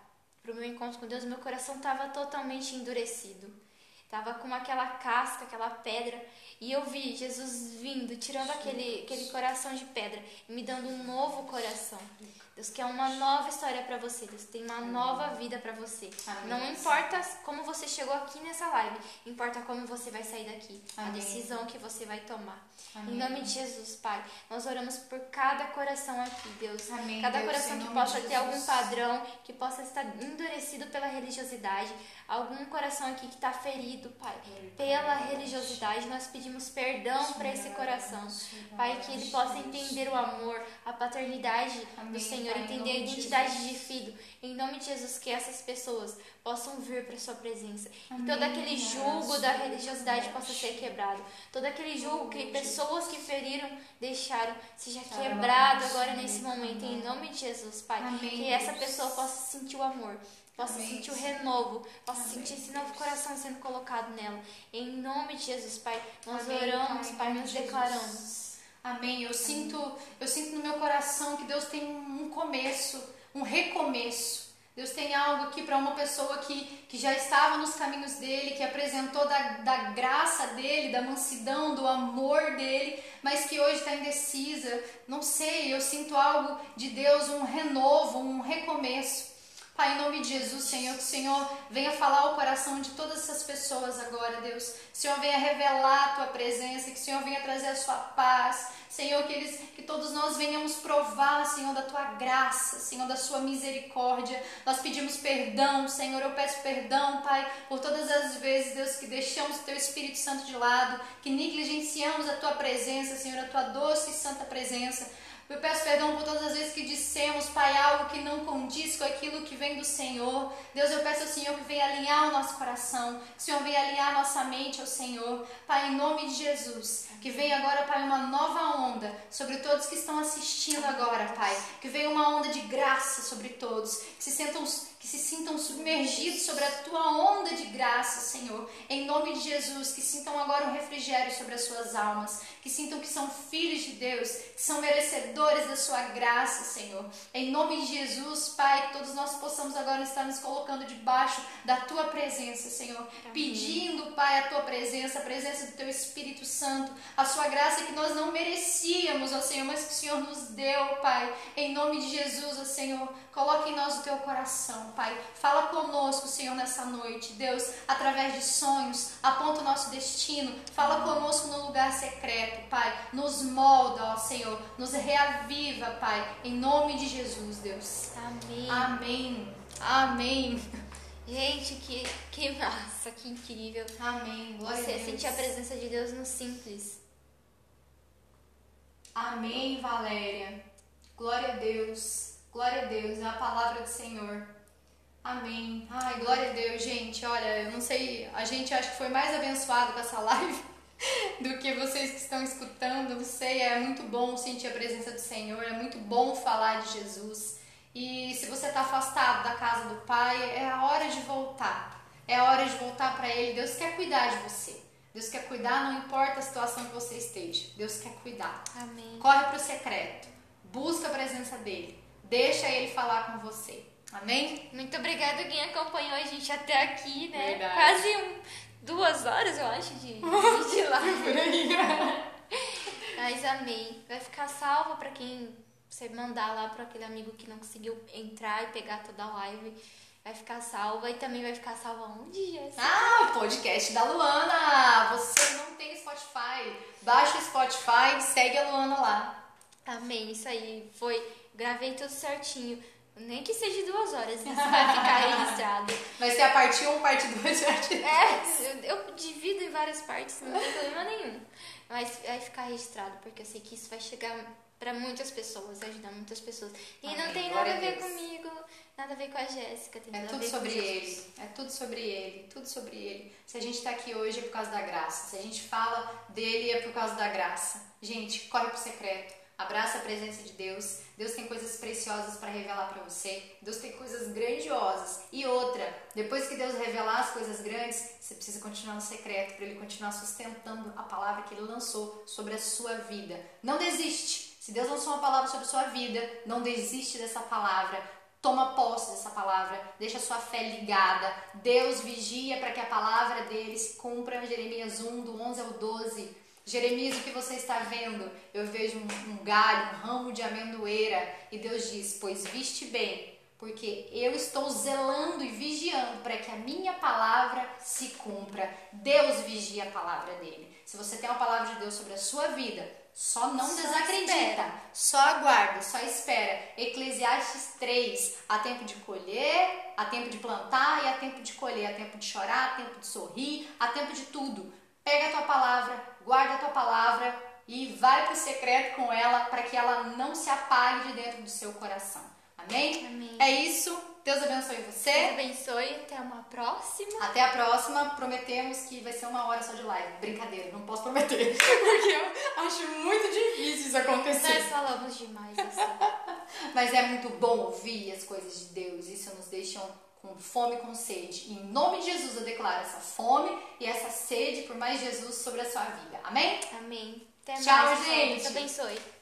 pro meu encontro com Deus, meu coração estava totalmente endurecido. Tava com aquela casca, aquela pedra, e eu vi Jesus vindo, tirando aquele, aquele coração de pedra e me dando um novo coração. Deus quer uma nova história para você, Deus tem uma nova vida para você. Amém. Não importa como você chegou aqui nessa live, importa como você vai sair daqui, Amém. a decisão que você vai tomar. Amém. Em nome de Jesus, Pai, nós oramos por cada coração aqui, Deus. Amém, Cada Deus, coração em que nome possa de ter Jesus. algum padrão, que possa estar endurecido pela religiosidade, algum coração aqui que está ferido, Pai, pela religiosidade, nós pedimos perdão para esse coração, Pai, que ele possa entender o amor, a paternidade Amém, do Senhor, Pai, em entender a nome de identidade Jesus. de filho, em nome de Jesus, que essas pessoas possam vir para sua presença, Amém. e todo aquele julgo da religiosidade possa ser quebrado, todo aquele julgo que pessoas que feriram deixaram seja quebrado agora nesse momento, em nome de Jesus, Pai, Amém, que essa Deus. pessoa possa sentir o amor, possa Amém. sentir o renovo, possa Amém. sentir esse novo coração sendo colocado nela. Em nome de Jesus, Pai, nós Amém, oramos, Pai, Pai, em nome nós de Jesus. declaramos. Amém. Eu sinto, eu sinto no meu coração que Deus tem um começo, um recomeço. Deus tem algo aqui para uma pessoa que, que já estava nos caminhos dele, que apresentou da, da graça dele, da mansidão, do amor dele, mas que hoje está indecisa. Não sei, eu sinto algo de Deus, um renovo, um recomeço. Pai, em nome de Jesus, Senhor, que o Senhor venha falar o coração de todas essas pessoas agora, Deus. Que o Senhor venha revelar a Tua presença, que o Senhor venha trazer a Sua paz. Senhor, que, eles, que todos nós venhamos provar, Senhor, da Tua graça, Senhor, da Sua misericórdia. Nós pedimos perdão, Senhor, eu peço perdão, Pai, por todas as vezes, Deus, que deixamos o Teu Espírito Santo de lado, que negligenciamos a Tua presença, Senhor, a Tua doce e santa presença. Eu peço perdão por todas as vezes que dissemos, Pai, algo que não condiz com aquilo que vem do Senhor. Deus, eu peço ao Senhor que venha alinhar o nosso coração, que o Senhor venha alinhar a nossa mente ao Senhor. Pai, em nome de Jesus, que venha agora, Pai, uma nova onda sobre todos que estão assistindo agora, Pai. Que venha uma onda de graça sobre todos, que se sentam... que se sintam submergidos sobre a Tua onda de graça, Senhor. Em nome de Jesus, que sintam agora um refrigério sobre as suas almas, que sintam que são filhos de Deus, que são merecedores da Sua graça, Senhor. Em nome de Jesus, Pai, que todos nós possamos agora estar nos colocando debaixo da Tua presença, Senhor. Amém. Pedindo, Pai, a Tua presença, a presença do Teu Espírito Santo, a Sua graça que nós não merecíamos, ó Senhor, mas que o Senhor nos deu, Pai. Em nome de Jesus, ó Senhor, coloque em nós o Teu coração, Pai. Fala conosco, Senhor, nessa noite, Deus, através de sonhos, aponta o nosso destino, fala conosco no lugar secreto, Pai, nos molda, ó Senhor, nos reaviva, Pai, em nome de Jesus, Deus. Amém. Amém. Amém. Gente, que, que massa, que incrível. Amém. Glória Você a Deus. sentir a presença de Deus no simples. Amém, Valéria. Glória a Deus. Glória a Deus. É a palavra do Senhor. Amém. Ai, glória a Deus, gente. Olha, eu não sei, a gente acho que foi mais abençoado com essa live do que vocês que estão escutando. Não sei, é muito bom sentir a presença do Senhor, é muito bom falar de Jesus. E se você está afastado da casa do Pai, é a hora de voltar. É a hora de voltar para Ele. Deus quer cuidar de você. Deus quer cuidar, não importa a situação que você esteja. Deus quer cuidar. Amém. Corre para o secreto. Busca a presença dEle. Deixa Ele falar com você. Amém? Muito obrigada quem acompanhou a gente até aqui, né? Verdade. Quase um, duas horas, eu acho, de, de live. Por aí. Mas amém. Vai ficar salvo para quem você mandar lá para aquele amigo que não conseguiu entrar e pegar toda a live. Vai ficar salva e também vai ficar salva onde, Jéssica? Ah, o podcast da Luana. Você não tem Spotify. Baixa o Spotify e segue a Luana lá. Amém, isso aí. Foi, gravei tudo certinho. Nem que seja duas horas, isso vai ficar registrado. Vai ser a parte um, parte dois, parte três. É, eu, eu divido em várias partes, não tem problema nenhum. Mas vai ficar registrado, porque eu sei que isso vai chegar pra muitas pessoas, vai ajudar muitas pessoas. E Amém. não tem Glória nada a ver a Deus. comigo, nada a ver com a Jéssica. Tem É tudo a tudo ver sobre com Jesus. ele, é tudo sobre ele, tudo sobre ele. Se a gente tá aqui hoje é por causa da graça. Se a gente fala dele é por causa da graça. Gente, corre pro secreto. Abraça a presença de Deus. Deus tem coisas preciosas para revelar para você. Deus tem coisas grandiosas. E outra, depois que Deus revelar as coisas grandes, você precisa continuar no secreto para Ele continuar sustentando a palavra que Ele lançou sobre a sua vida. Não desiste. Se Deus lançou uma palavra sobre a sua vida, não desiste dessa palavra. toma posse dessa palavra, deixa a sua fé ligada. Deus vigia para que a palavra dele se cumpra. Jeremias um, do onze ao doze. Jeremias, o que você está vendo? Eu vejo um, um galho, um ramo de amendoeira. E Deus diz, pois viste bem, porque eu estou zelando e vigiando para que a minha palavra se cumpra. Deus vigia a palavra dele. Se você tem uma palavra de Deus sobre a sua vida, só não só desacredita, espera. Só aguarda, só espera. Eclesiastes três, há tempo de colher, há tempo de plantar e há tempo de colher, há tempo de chorar, há tempo de sorrir, há tempo de tudo. Pega a tua palavra, guarda a tua palavra e vai para o secreto com ela para que ela não se apague de dentro do seu coração. Amém? Amém. É isso. Deus abençoe você. Deus abençoe. Até uma próxima. Até a próxima. Prometemos que vai ser uma hora só de live. Brincadeira, não posso prometer. Porque eu acho muito difícil isso acontecer. Nós falamos demais assim. Mas é muito bom ouvir as coisas de Deus. Isso nos deixa com fome e com sede. Em nome de Jesus eu declaro essa fome e essa sede por mais Jesus sobre a sua vida. Amém? Amém. Até Tchau, mais, gente. Deus abençoe.